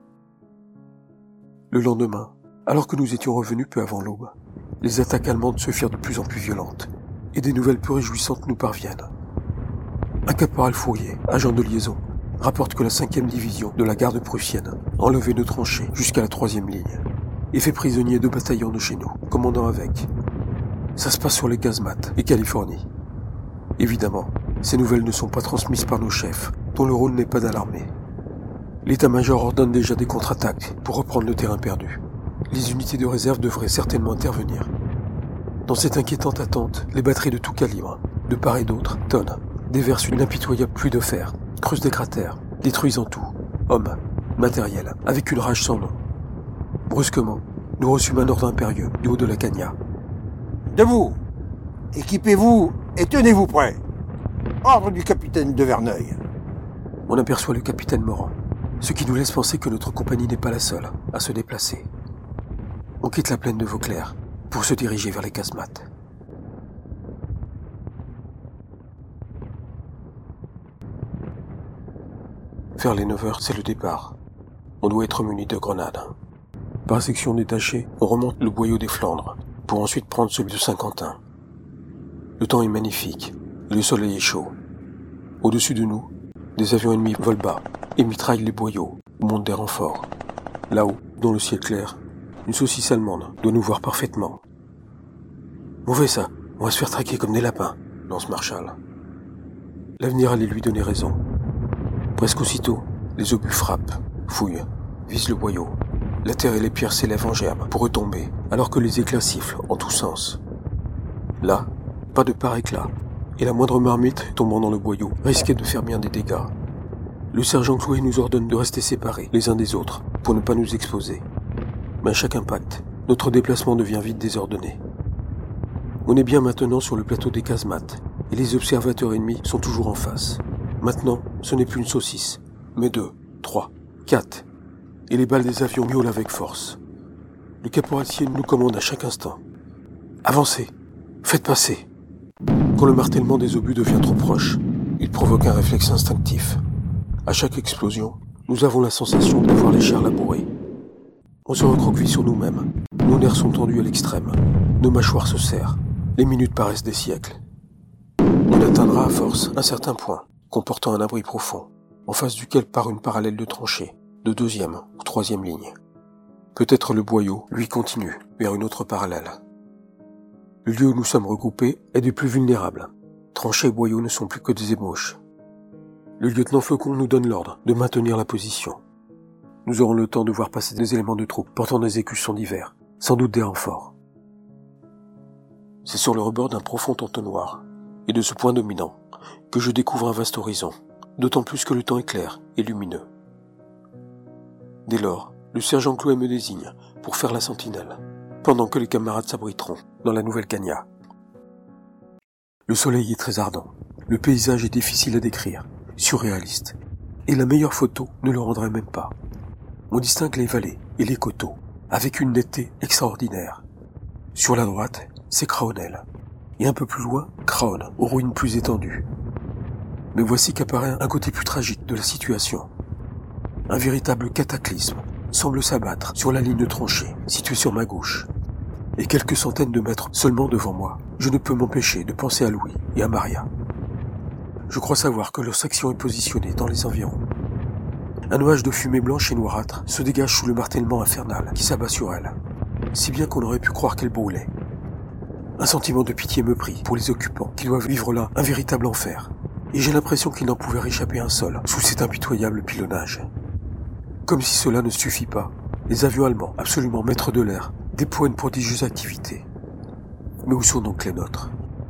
Le lendemain, alors que nous étions revenus peu avant l'aube, les attaques allemandes se firent de plus en plus violentes, et des nouvelles peu réjouissantes nous parviennent. Un caporal Fourier, agent de liaison, rapporte que la 5e division de la garde prussienne a enlevé nos tranchées jusqu'à la 3e ligne et fait prisonnier 2 bataillons de chez nous, commandant avec. Ça se passe sur les casemates et Californie. Évidemment, ces nouvelles ne sont pas transmises par nos chefs, dont le rôle n'est pas d'alarmer. L'état-major ordonne déjà des contre-attaques pour reprendre le terrain perdu. Les unités de réserve devraient certainement intervenir. Dans cette inquiétante attente, les batteries de tout calibre, de part et d'autre, tonnent, déversent une impitoyable pluie de fer, creusent des cratères, détruisant tout, hommes, matériel, avec une rage sans nom. Brusquement, nous reçûmes un ordre impérieux du haut de la Cagna. Debout! Équipez-vous et tenez-vous prêts. Ordre du capitaine de Verneuil. On aperçoit le capitaine Morand, ce qui nous laisse penser que notre compagnie n'est pas la seule à se déplacer. On quitte la plaine de Vauclair pour se diriger vers les casemates. Vers les 9h, c'est le départ. On doit être muni de grenades. Par section détachée, on remonte le boyau des Flandres, pour ensuite prendre celui de Saint-Quentin. Le temps est magnifique, et le soleil est chaud. Au-dessus de nous, des avions ennemis volent bas et mitraillent les boyaux où montent des renforts. Là-haut, dans le ciel clair, une saucisse allemande doit nous voir parfaitement. Mauvais ça, on va se faire traquer comme des lapins, lance Marshall. L'avenir allait lui donner raison. Presque aussitôt, les obus frappent, fouillent, visent le boyau. La terre et les pierres s'élèvent en gerbes pour retomber, alors que les éclats sifflent en tous sens. Là, pas de part éclat, et la moindre marmite tombant dans le boyau risquait de faire bien des dégâts. Le sergent Chloé nous ordonne de rester séparés les uns des autres pour ne pas nous exposer. Mais à chaque impact, notre déplacement devient vite désordonné. On est bien maintenant sur le plateau des casemates, et les observateurs ennemis sont toujours en face. Maintenant, ce n'est plus une saucisse, mais 2, 3, 4... et les balles des avions miaulent avec force. Le caporalcier nous commande à chaque instant. Avancez, faites passer. Quand le martèlement des obus devient trop proche, il provoque un réflexe instinctif. À chaque explosion, nous avons la sensation de voir les chairs labourées. On se recroqueville sur nous-mêmes. Nos nerfs sont tendus à l'extrême. Nos mâchoires se serrent. Les minutes paraissent des siècles. On atteindra à force un certain point, comportant un abri profond, en face duquel part une parallèle de tranchée, de 2e ou 3e ligne. Peut-être le boyau, lui, continue vers une autre parallèle. Le lieu où nous sommes regroupés est des plus vulnérables. Tranchées et boyaux ne sont plus que des ébauches. Le lieutenant Flocon nous donne l'ordre de maintenir la position. Nous aurons le temps de voir passer des éléments de troupes portant des écussons divers, sans doute des renforts. C'est sur le rebord d'un profond entonnoir, et de ce point dominant, que je découvre un vaste horizon, d'autant plus que le temps est clair et lumineux. Dès lors, le sergent Chloé me désigne pour faire la sentinelle, pendant que les camarades s'abriteront dans la nouvelle Cagna. Le soleil est très ardent, le paysage est difficile à décrire, surréaliste, et la meilleure photo ne le rendrait même pas. On distingue les vallées et les coteaux, avec une netteté extraordinaire. Sur la droite, c'est Craonel, et un peu plus loin, Craonne, aux ruines plus étendues. Mais voici qu'apparaît un côté plus tragique de la situation. Un véritable cataclysme semble s'abattre sur la ligne de tranchée située sur ma gauche. Et quelques centaines de mètres seulement devant moi, je ne peux m'empêcher de penser à Louis et à Maria. Je crois savoir que leur section est positionnée dans les environs. Un nuage de fumée blanche et noirâtre se dégage sous le martèlement infernal qui s'abat sur elle, si bien qu'on aurait pu croire qu'elle brûlait. Un sentiment de pitié me prit pour les occupants qui doivent vivre là un véritable enfer, et j'ai l'impression qu'ils n'en pouvaient réchapper un seul sous cet impitoyable pilonnage. Comme si cela ne suffit pas, les avions allemands, absolument maîtres de l'air, déploient une prodigieuse activité. Mais où sont donc les nôtres ?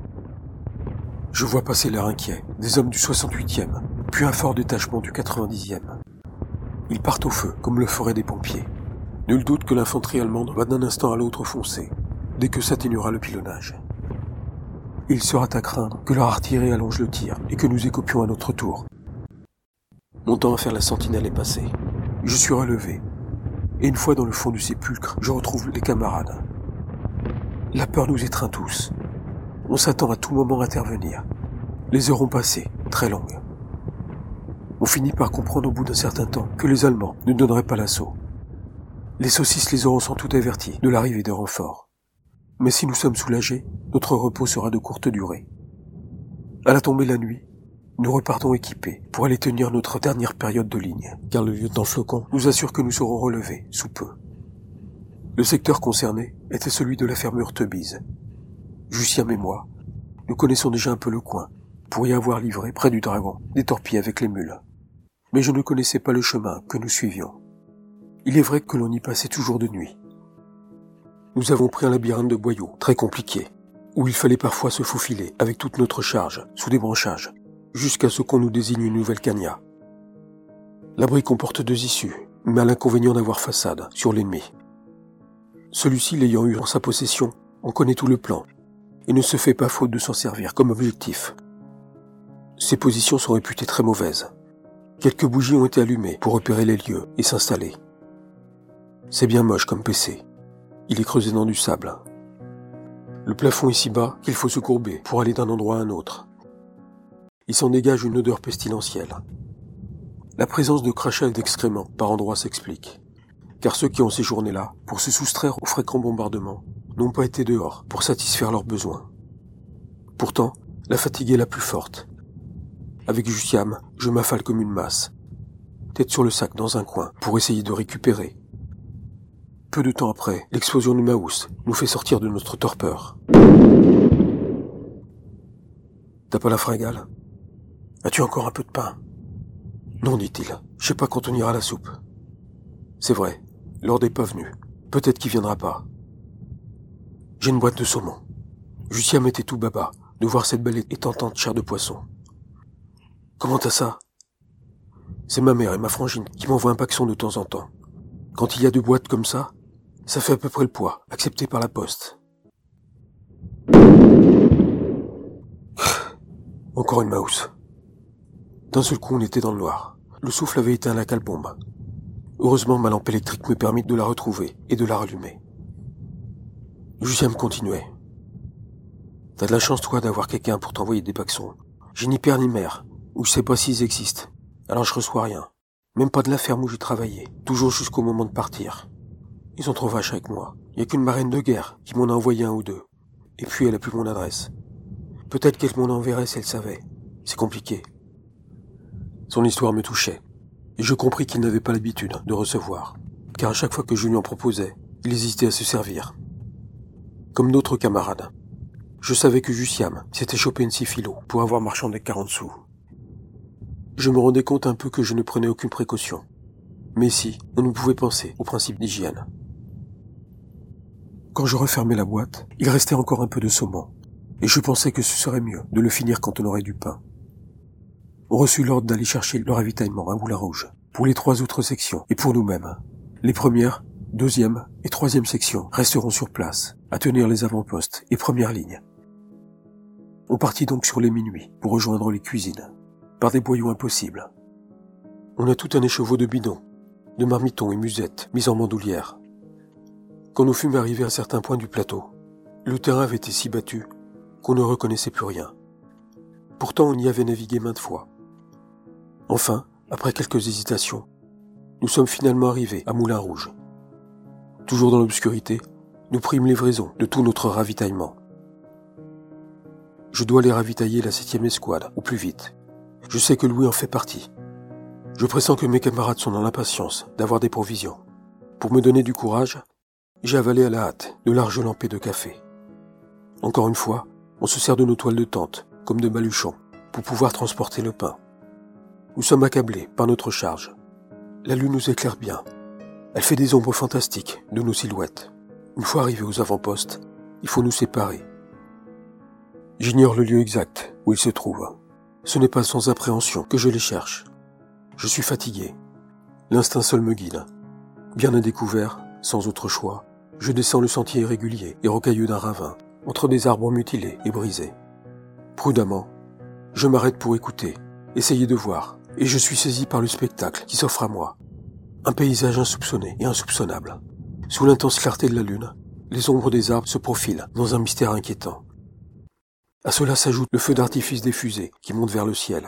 Je vois passer l'air inquiet des hommes du 68e, puis un fort détachement du 90e. Ils partent au feu, comme le feraient des pompiers. Nul doute que l'infanterie allemande va d'un instant à l'autre foncer, dès que s'atténuera le pilonnage. Il sera à craindre que leur artillerie allonge le tir et que nous écopions à notre tour. Mon temps à faire la sentinelle est passé. Je suis relevé, et une fois dans le fond du sépulcre, je retrouve les camarades. La peur nous étreint tous. On s'attend à tout moment à intervenir. Les heures ont passé, très longues. On finit par comprendre au bout d'un certain temps que les Allemands ne donneraient pas l'assaut. Les saucisses les auront sans doute avertis de l'arrivée des renforts. Mais si nous sommes soulagés, notre repos sera de courte durée. À la tombée de la nuit, Nous repartons équipés pour aller tenir notre dernière période de ligne, car le lieutenant Flocon nous assure que nous serons relevés sous peu. Le secteur concerné était celui de la ferme Teubise. Jussiam et moi, nous connaissons déjà un peu le coin, pour y avoir livré près du Dragon des torpilles avec les mules. Mais je ne connaissais pas le chemin que nous suivions. Il est vrai que l'on y passait toujours de nuit. Nous avons pris un labyrinthe de boyaux, très compliqué, où il fallait parfois se faufiler avec toute notre charge, sous des branchages, jusqu'à ce qu'on nous désigne une nouvelle cagna. L'abri comporte 2 issues, mais à l'inconvénient d'avoir façade sur l'ennemi. Celui-ci l'ayant eu en sa possession, on connaît tout le plan, et ne se fait pas faute de s'en servir comme objectif. Ces positions sont réputées très mauvaises. Quelques bougies ont été allumées pour repérer les lieux et s'installer. C'est bien moche comme PC. Il est creusé dans du sable. Le plafond est si bas qu'il faut se courber pour aller d'un endroit à un autre. Il s'en dégage une odeur pestilentielle. La présence de crachats et d'excréments par endroits s'explique, car ceux qui ont séjourné là, pour se soustraire aux fréquents bombardements, n'ont pas été dehors pour satisfaire leurs besoins. Pourtant, la fatigue est la plus forte. Avec Jussiam, je m'affale comme une masse, tête sur le sac dans un coin pour essayer de récupérer. Peu de temps après, l'explosion du Maus nous fait sortir de notre torpeur. T'as pas la fringale ? As-tu encore un peu de pain ? Non, dit-il. Je sais pas quand on ira à la soupe. C'est vrai, Lord n'est pas venu. Peut-être qu'il viendra pas. J'ai une boîte de saumon. Jussiam était tout baba de voir cette belle et tentante chair de poisson. Comment t'as ça ? C'est ma mère et ma frangine qui m'envoient un paxon de temps en temps. Quand il y a 2 boîtes comme ça fait à peu près le poids, accepté par la poste. Encore une Maus. D'un seul coup, on était dans le noir. Le souffle avait éteint la cale-bombe. Heureusement, ma lampe électrique me permit de la retrouver et de la rallumer. Jussiam continuait. T'as de la chance, toi, d'avoir quelqu'un pour t'envoyer des paxons. J'ai ni père ni mère, ou je sais pas s'ils existent. Alors je reçois rien. Même pas de la ferme où j'ai travaillé, toujours jusqu'au moment de partir. Ils sont trop vaches avec moi. Il y a qu'une marraine de guerre qui m'en a envoyé 1 ou 2. Et puis elle a plus mon adresse. Peut-être qu'elle m'en enverrait si elle savait. C'est compliqué. Son histoire me touchait. Et je compris qu'il n'avait pas l'habitude de recevoir. Car à chaque fois que je lui en proposais, il hésitait à se servir. Comme d'autres camarades. Je savais que Jussiam s'était chopé une syphilo pour avoir marchandé 40 sous. Je me rendais compte un peu que je ne prenais aucune précaution. Mais si, on ne pouvait penser au principe d'hygiène. Quand je refermais la boîte, il restait encore un peu de saumon, et je pensais que ce serait mieux de le finir quand on aurait du pain. On reçut l'ordre d'aller chercher le ravitaillement à Moulin Rouge, pour les 3 autres sections, et pour nous-mêmes. Les premières, 2e et 3e sections resteront sur place, à tenir les avant-postes et premières lignes. On partit donc sur les minuit pour rejoindre les cuisines, par des boyaux impossibles. On a tout un écheveau de bidons, de marmitons et musettes mis en bandoulière. Quand nous fûmes arrivés à certains points du plateau, le terrain avait été si battu qu'on ne reconnaissait plus rien. Pourtant on y avait navigué maintes fois. Enfin, après quelques hésitations, nous sommes finalement arrivés à Moulin Rouge. Toujours dans l'obscurité, nous prîmes livraison de tout notre ravitaillement. Je dois aller ravitailler la 7e escouade au plus vite. Je sais que Louis en fait partie. Je pressens que mes camarades sont dans l'impatience d'avoir des provisions. Pour me donner du courage, j'ai avalé à la hâte de larges lampées de café. Encore une fois, on se sert de nos toiles de tente, comme de baluchons, pour pouvoir transporter le pain. Nous sommes accablés par notre charge. La lune nous éclaire bien. Elle fait des ombres fantastiques de nos silhouettes. Une fois arrivés aux avant-postes, il faut nous séparer. J'ignore le lieu exact où ils se trouvent. Ce n'est pas sans appréhension que je les cherche. Je suis fatigué. L'instinct seul me guide. Bien à découvert, sans autre choix, je descends le sentier irrégulier et rocailleux d'un ravin, entre des arbres mutilés et brisés. Prudemment, je m'arrête pour écouter, essayer de voir, et je suis saisi par le spectacle qui s'offre à moi. Un paysage insoupçonné et insoupçonnable. Sous l'intense clarté de la lune, les ombres des arbres se profilent dans un mystère inquiétant. À cela s'ajoute le feu d'artifice des fusées qui monte vers le ciel.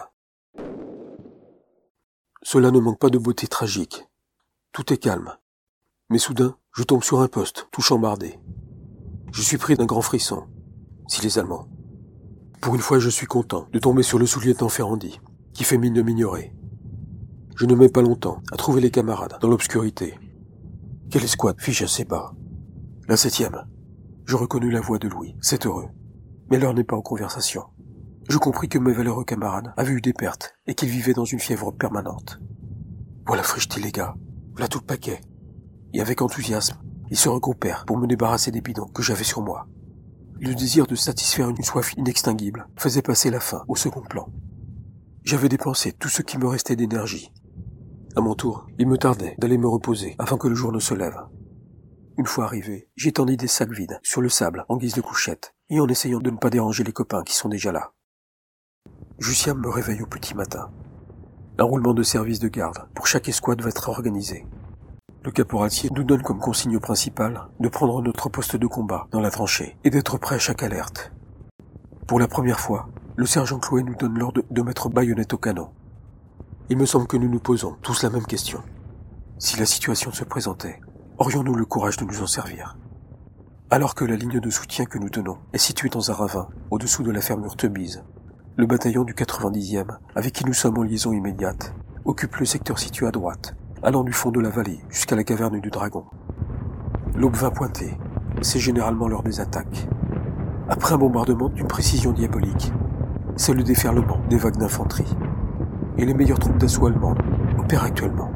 Cela ne manque pas de beauté tragique. Tout est calme. Mais soudain, je tombe sur un poste, tout chambardé. Je suis pris d'un grand frisson. Si les Allemands. Pour une fois, je suis content de tomber sur le sous-lieutenant Ferrandi, qui fait mine de m'ignorer. Je ne mets pas longtemps à trouver les camarades dans l'obscurité. Quelle escouade fiche assez bas. La 7e. Je reconnus la voix de Louis, c'est heureux. Mais l'heure n'est pas en conversation. Je compris que mes valeureux camarades avaient eu des pertes et qu'ils vivaient dans une fièvre permanente. Voilà frichetis les gars, voilà tout le paquet. Et avec enthousiasme, ils se regroupèrent pour me débarrasser des bidons que j'avais sur moi. Le désir de satisfaire une soif inextinguible faisait passer la faim au second plan. J'avais dépensé tout ce qui me restait d'énergie. À mon tour, il me tardait d'aller me reposer afin que le jour ne se lève. Une fois arrivé, j'étendis des sacs vides sur le sable en guise de couchette et en essayant de ne pas déranger les copains qui sont déjà là. Jussiam me réveille au petit matin. Un roulement de service de garde pour chaque escouade va être organisé. Le caporaltier nous donne comme consigne principale de prendre notre poste de combat dans la tranchée et d'être prêt à chaque alerte. Pour la première fois, le sergent Chloé nous donne l'ordre de mettre baïonnette au canon. Il me semble que nous nous posons tous la même question. Si la situation se présentait, aurions-nous le courage de nous en servir? Alors que la ligne de soutien que nous tenons est située dans un ravin, au-dessous de la ferme Teubise, le bataillon du 90e, avec qui nous sommes en liaison immédiate, occupe le secteur situé à droite, allant du fond de la vallée jusqu'à la caverne du Dragon. L'aube vint pointer, c'est généralement l'heure des attaques. Après un bombardement d'une précision diabolique, c'est le déferlement des vagues d'infanterie. Et les meilleures troupes d'assaut allemandes opèrent actuellement.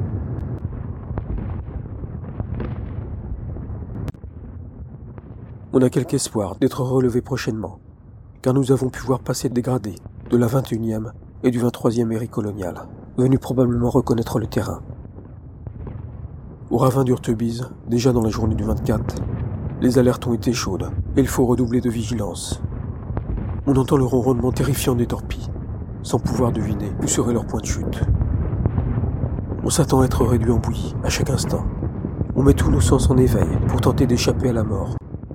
On a quelque espoir d'être relevé prochainement, car nous avons pu voir passer des gradés de la 21e et du 23e mairie coloniale, venus probablement reconnaître le terrain. Au ravin d'Urtebise, déjà dans la journée du 24, les alertes ont été chaudes et il faut redoubler de vigilance. On entend le ronronnement terrifiant des torpilles, sans pouvoir deviner où serait leur point de chute. On s'attend à être réduit en bouillie à chaque instant. On met tous nos sens en éveil pour tenter d'échapper à la mort.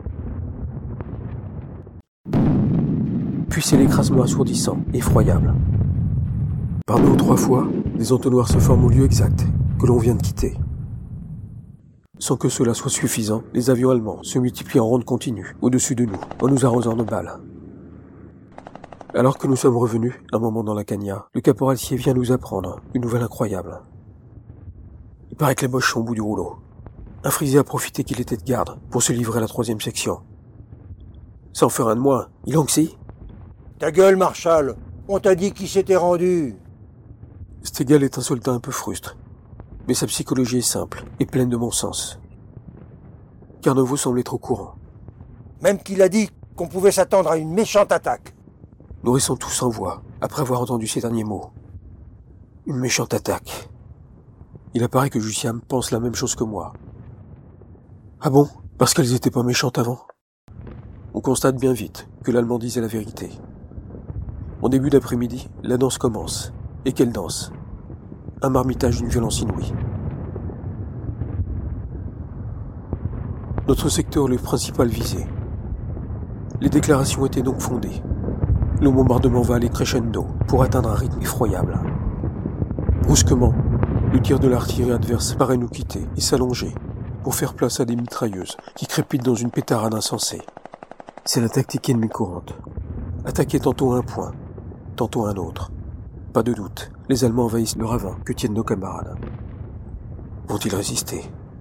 Puis c'est l'écrasement assourdissant, effroyable. Par 2 ou 3 fois, des entonnoirs se forment au lieu exact que l'on vient de quitter. Sans que cela soit suffisant, les avions allemands se multiplient en ronde continue au-dessus de nous, en nous arrosant de balles. Alors que nous sommes revenus, un moment dans la Cagna, le caporaltier vient nous apprendre une nouvelle incroyable. Il paraît que les Boches sont au bout du rouleau. Un Frisé a profité qu'il était de garde pour se livrer à la 3e section. Sans faire un de moins, il anxie. Ta gueule, Marshall. On t'a dit qu'il s'était rendu. Stegall est un soldat un peu frustre, mais sa psychologie est simple et pleine de bon sens. Carnevaux semble être au courant. Même qu'il a dit qu'on pouvait s'attendre à une méchante attaque. Nous restons tous en voix, après avoir entendu ces derniers mots. Une méchante attaque. Il apparaît que Jussiam pense la même chose que moi. Ah bon? Parce qu'elles étaient pas méchantes avant? On constate bien vite que l'Allemand disait la vérité. En début d'après-midi, la danse commence. Et quelle danse? Un marmitage d'une violence inouïe. Notre secteur est le principal visé. Les déclarations étaient donc fondées. Le bombardement va aller crescendo pour atteindre un rythme effroyable. Brusquement, le tir de l'artillerie adverse paraît nous quitter et s'allonger pour faire place à des mitrailleuses qui crépitent dans une pétarade insensée. C'est la tactique ennemie courante. Attaquer tantôt un point, tantôt un autre. Pas de doute, les Allemands envahissent le ravin que tiennent nos camarades. Vont-ils résister?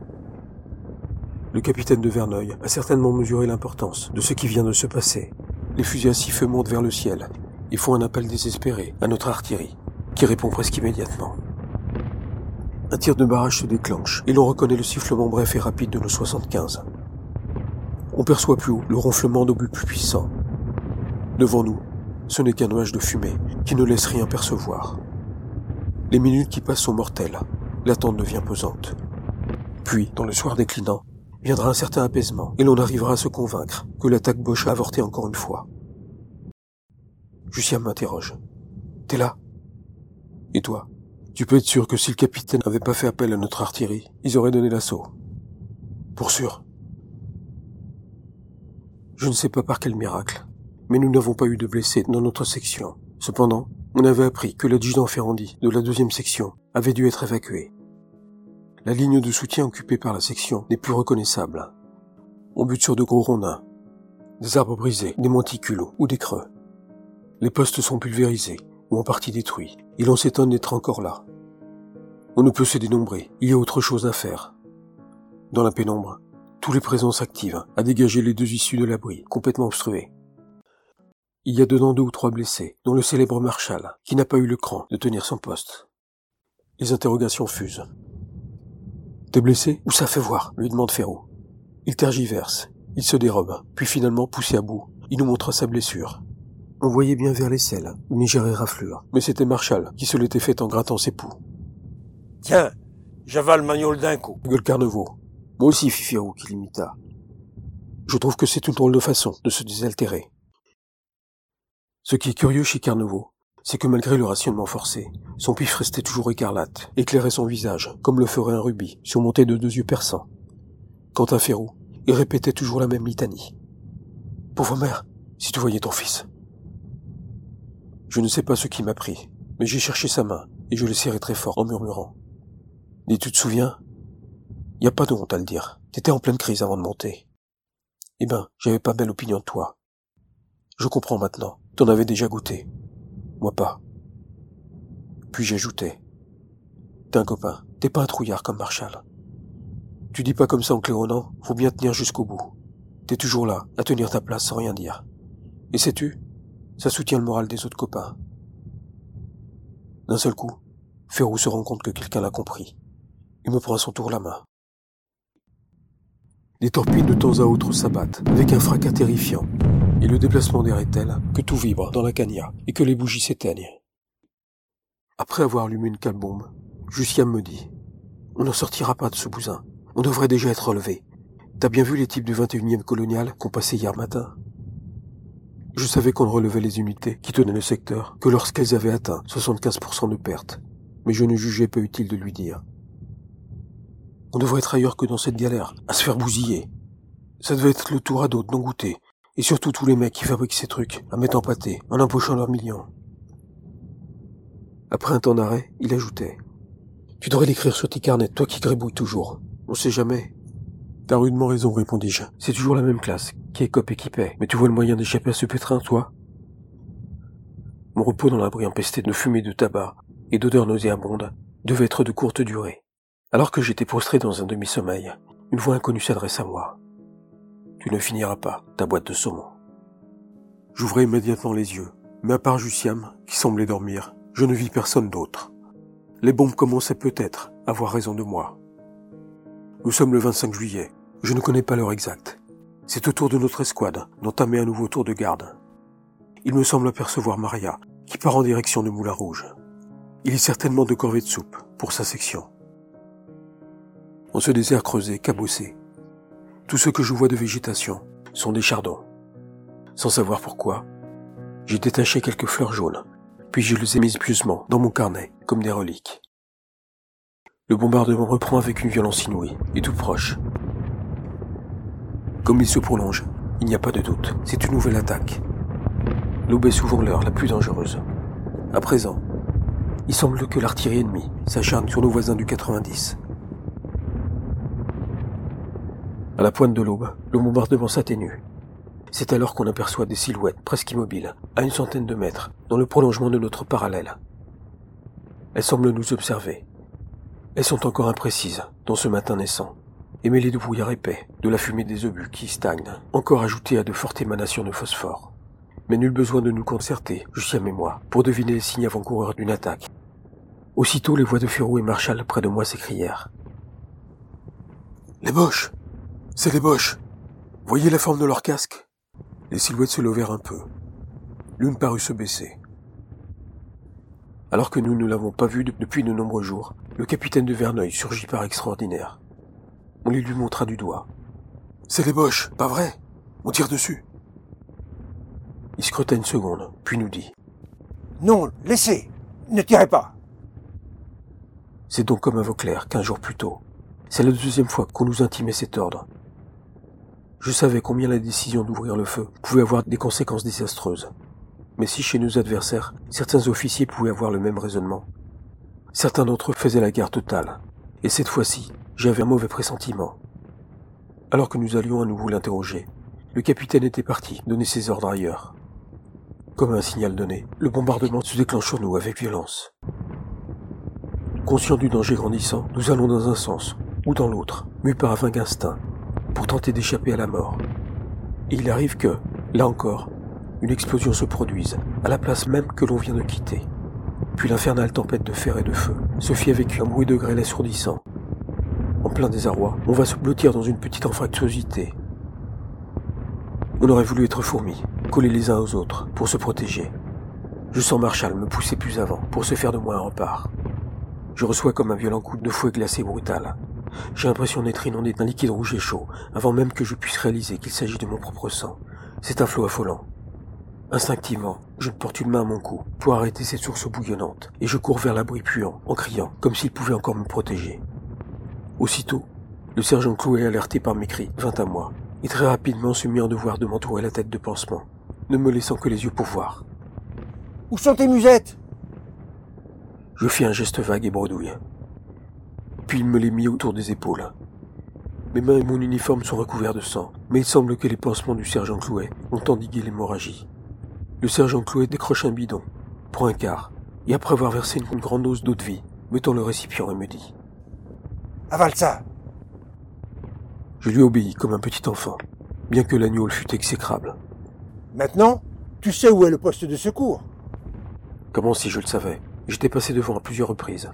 Le capitaine de Verneuil a certainement mesuré l'importance de ce qui vient de se passer. Les fusils à 6 feux montent vers le ciel et font un appel désespéré à notre artillerie, qui répond presque immédiatement. Un tir de barrage se déclenche et l'on reconnaît le sifflement bref et rapide de nos 75. On perçoit plus haut le ronflement d'obus plus puissants. Devant nous, ce n'est qu'un nuage de fumée qui ne laisse rien percevoir. Les minutes qui passent sont mortelles, l'attente devient pesante. Puis, dans le soir déclinant, viendra un certain apaisement et l'on arrivera à se convaincre que l'attaque Boche a avorté encore une fois. Jussiam m'interroge. « T'es là ? Et toi ? Tu peux être sûr que si le capitaine n'avait pas fait appel à notre artillerie, ils auraient donné l'assaut. Pour sûr. Je ne sais pas par quel miracle, mais nous n'avons pas eu de blessés dans notre section. Cependant, on avait appris que l'adjudant Ferrandi de la 2e section avait dû être évacué. La ligne de soutien occupée par la section n'est plus reconnaissable. On bute sur de gros rondins, des arbres brisés, des monticules ou des creux. Les postes sont pulvérisés ou en partie détruits, et l'on s'étonne d'être encore là. On ne peut se dénombrer, il y a autre chose à faire. Dans la pénombre, tous les présents s'activent à dégager les 2 issues de l'abri, complètement obstruées. Il y a dedans 2 ou 3 blessés, dont le célèbre Marshall, qui n'a pas eu le cran de tenir son poste. Les interrogations fusent. « T'es blessé ? Où ça fait voir ?» lui demande Ferrou. Il tergiverse, il se dérobe, puis finalement, poussé à bout, il nous montra sa blessure. On voyait bien vers l'aisselle, une légère éraflure, mais c'était Marshall qui se l'était fait en grattant ses poux. « Tiens, j'avale le magnol d'un coup. » gueule Carnevaux. Moi aussi, fit Ferrou qui l'imita. Je trouve que c'est une drôle de façon de se désaltérer. Ce qui est curieux chez Carnevaux, c'est que malgré le rationnement forcé, son pif restait toujours écarlate, éclairait son visage, comme le ferait un rubis, surmonté de 2 yeux perçants. Quant à Ferrou, il répétait toujours la même litanie. « Pauvre mère, si tu voyais ton fils !» Je ne sais pas ce qui m'a pris, mais j'ai cherché sa main, et je l'ai serré très fort en murmurant. « Et tu te souviens ? Y a pas de honte à le dire, t'étais en pleine crise avant de monter. Eh ben, j'avais pas belle opinion de toi. Je comprends maintenant, t'en avais déjà goûté. Moi pas. » Puis j'ajoutais. « T'es un copain, t'es pas un trouillard comme Marshall. Tu dis pas comme ça en claironnant, faut bien tenir jusqu'au bout. T'es toujours là, à tenir ta place sans rien dire. Et sais-tu, ça soutient le moral des autres copains. » D'un seul coup, Ferrou se rend compte que quelqu'un l'a compris. Il me prend à son tour la main. Les torpilles de temps à autre s'abattent, avec un fracas terrifiant, et le déplacement d'air est tel que tout vibre dans la cagna et que les bougies s'éteignent. Après avoir allumé une calbombe, Jussiam me dit « On n'en sortira pas de ce bousin, on devrait déjà être relevé. T'as bien vu les types du 21e colonial qu'on passait hier matin ?» Je savais qu'on ne relevait les unités qui tenaient le secteur que lorsqu'elles avaient atteint 75% de pertes, mais je ne jugeais pas utile de lui dire. On devrait être ailleurs que dans cette galère, à se faire bousiller. Ça devait être le tour à d'autres d'en goûter, et surtout tous les mecs qui fabriquent ces trucs, à mettre en pâté, en empochant leurs millions. Après un temps d'arrêt, il ajoutait. Tu devrais l'écrire sur tes carnets, toi qui gribouilles toujours. On sait jamais. T'as rudement raison, répondis-je. C'est toujours la même classe, qui est cop et qui paie. Mais tu vois le moyen d'échapper à ce pétrin, toi? Mon repos dans l'abri empesté de fumée de tabac et d'odeurs nauséabondes devait être de courte durée. Alors que j'étais prostré dans un demi-sommeil, une voix inconnue s'adresse à moi. Tu ne finiras pas, ta boîte de saumon. J'ouvrais immédiatement les yeux, mais à part Jussiam, qui semblait dormir, je ne vis personne d'autre. Les bombes commençaient peut-être à avoir raison de moi. Nous sommes le 25 juillet, je ne connais pas l'heure exacte. C'est au tour de notre escouade d'entamer un nouveau tour de garde. Il me semble apercevoir Maria, qui part en direction de Moulin Rouge. Il est certainement de corvée de soupe pour sa section. En ce désert creusé, cabossé, tout ce que je vois de végétation sont des chardons. Sans savoir pourquoi, j'ai détaché quelques fleurs jaunes, puis je les ai mises pieusement dans mon carnet, comme des reliques. Le bombardement reprend avec une violence inouïe et toute proche. Comme il se prolonge, il n'y a pas de doute, c'est une nouvelle attaque. L'aube est souvent l'heure la plus dangereuse. À présent, il semble que l'artillerie ennemie s'acharne sur nos voisins du 90. À la pointe de l'aube, le bombardement s'atténue. C'est alors qu'on aperçoit des silhouettes presque immobiles, à une centaine de mètres, dans le prolongement de notre parallèle. Elles semblent nous observer. Elles sont encore imprécises, dans ce matin naissant, et mêlées de brouillard épais, de la fumée des obus qui stagnent, encore ajoutée à de fortes émanations de phosphore. Mais nul besoin de nous concerter, Jussiam et moi, pour deviner les signes avant-coureurs d'une attaque. Aussitôt, les voix de Ferrou et Marshall près de moi s'écrièrent. « Les Boches ! C'est les Boches ! Voyez la forme de leur casque !» Les silhouettes se levèrent un peu. L'une parut se baisser. Alors que nous ne l'avons pas vu depuis de nombreux jours, le capitaine de Verneuil surgit par extraordinaire. On les lui montra du doigt. « C'est les Boches, pas vrai? On tire dessus !» Il scruta une seconde, puis nous dit. « Non, laissez! Ne tirez pas !» C'est donc comme à Vauclair, 15 jours plus tôt. C'est la deuxième fois qu'on nous intimait cet ordre. Je savais combien la décision d'ouvrir le feu pouvait avoir des conséquences désastreuses. Mais si chez nos adversaires, certains officiers pouvaient avoir le même raisonnement, certains d'entre eux faisaient la guerre totale. Et cette fois-ci, j'avais un mauvais pressentiment. Alors que nous allions à nouveau l'interroger, le capitaine était parti donner ses ordres ailleurs. Comme un signal donné, le bombardement se déclenche sur nous avec violence. Conscients du danger grandissant, nous allons dans un sens ou dans l'autre, mus par un vague instinct, pour tenter d'échapper à la mort. Et il arrive que, là encore, une explosion se produise, à la place même que l'on vient de quitter. Puis l'infernale tempête de fer et de feu se fit avec un bruit de grêle assourdissant. En plein désarroi, on va se blottir dans une petite anfractuosité. On aurait voulu être fourmis, collés les uns aux autres, pour se protéger. Je sens Marshall me pousser plus avant, pour se faire de moi un rempart. Je reçois comme un violent coup de fouet glacé brutal. J'ai l'impression d'être inondé d'un liquide rouge et chaud, avant même que je puisse réaliser qu'il s'agit de mon propre sang. C'est un flot affolant. Instinctivement, je porte une main à mon cou pour arrêter cette source bouillonnante, et je cours vers l'abri puant, en criant, comme s'il pouvait encore me protéger. Aussitôt, le sergent Chloé, alerté par mes cris, vint à moi, et très rapidement se mit en devoir de m'entourer la tête de pansements, ne me laissant que les yeux pour voir. « Où sont tes musettes ?» Je fis un geste vague et bredouille. Puis il me les mit autour des épaules. Mes mains et mon uniforme sont recouverts de sang, mais il semble que les pansements du sergent Chloé ont endigué l'hémorragie. Le sergent Chloé décroche un bidon, prend un quart, et après avoir versé une grande dose d'eau de vie, me tend le récipient et me dit « Avale ça !» Je lui obéis comme un petit enfant, bien que l'agneau fût exécrable. « Maintenant, tu sais où est le poste de secours ?» Comment si je le savais? J'étais passé devant à plusieurs reprises.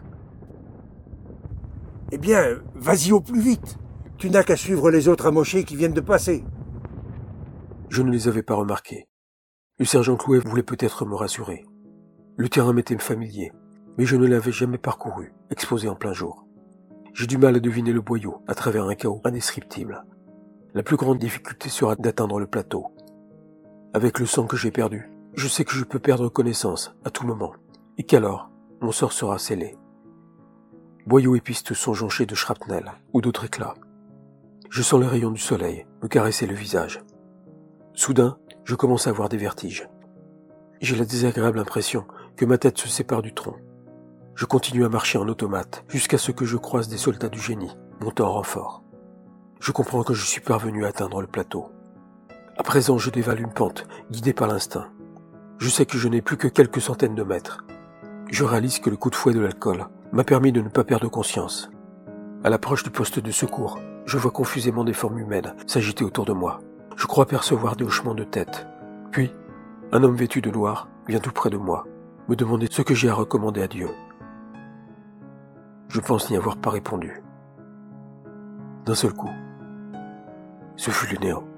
Eh bien, vas-y au plus vite. Tu n'as qu'à suivre les autres amochés qui viennent de passer. Je ne les avais pas remarqués. Le sergent Chloé voulait peut-être me rassurer. Le terrain m'était familier, mais je ne l'avais jamais parcouru, exposé en plein jour. J'ai du mal à deviner le boyau à travers un chaos indescriptible. La plus grande difficulté sera d'atteindre le plateau. Avec le sang que j'ai perdu, je sais que je peux perdre connaissance à tout moment, et qu'alors, mon sort sera scellé. Boyaux et pistes sont jonchés de shrapnel ou d'autres éclats. Je sens les rayons du soleil me caresser le visage. Soudain, je commence à avoir des vertiges. J'ai la désagréable impression que ma tête se sépare du tronc. Je continue à marcher en automate jusqu'à ce que je croise des soldats du génie montant en renfort. Je comprends que je suis parvenu à atteindre le plateau. À présent, je dévale une pente guidée par l'instinct. Je sais que je n'ai plus que quelques centaines de mètres. Je réalise que le coup de fouet de l'alcool m'a permis de ne pas perdre conscience. À l'approche du poste de secours, je vois confusément des formes humaines s'agiter autour de moi. Je crois percevoir des hochements de tête. Puis, un homme vêtu de noir vient tout près de moi, me demander ce que j'ai à recommander à Dieu. Je pense n'y avoir pas répondu. D'un seul coup, ce fut le néant.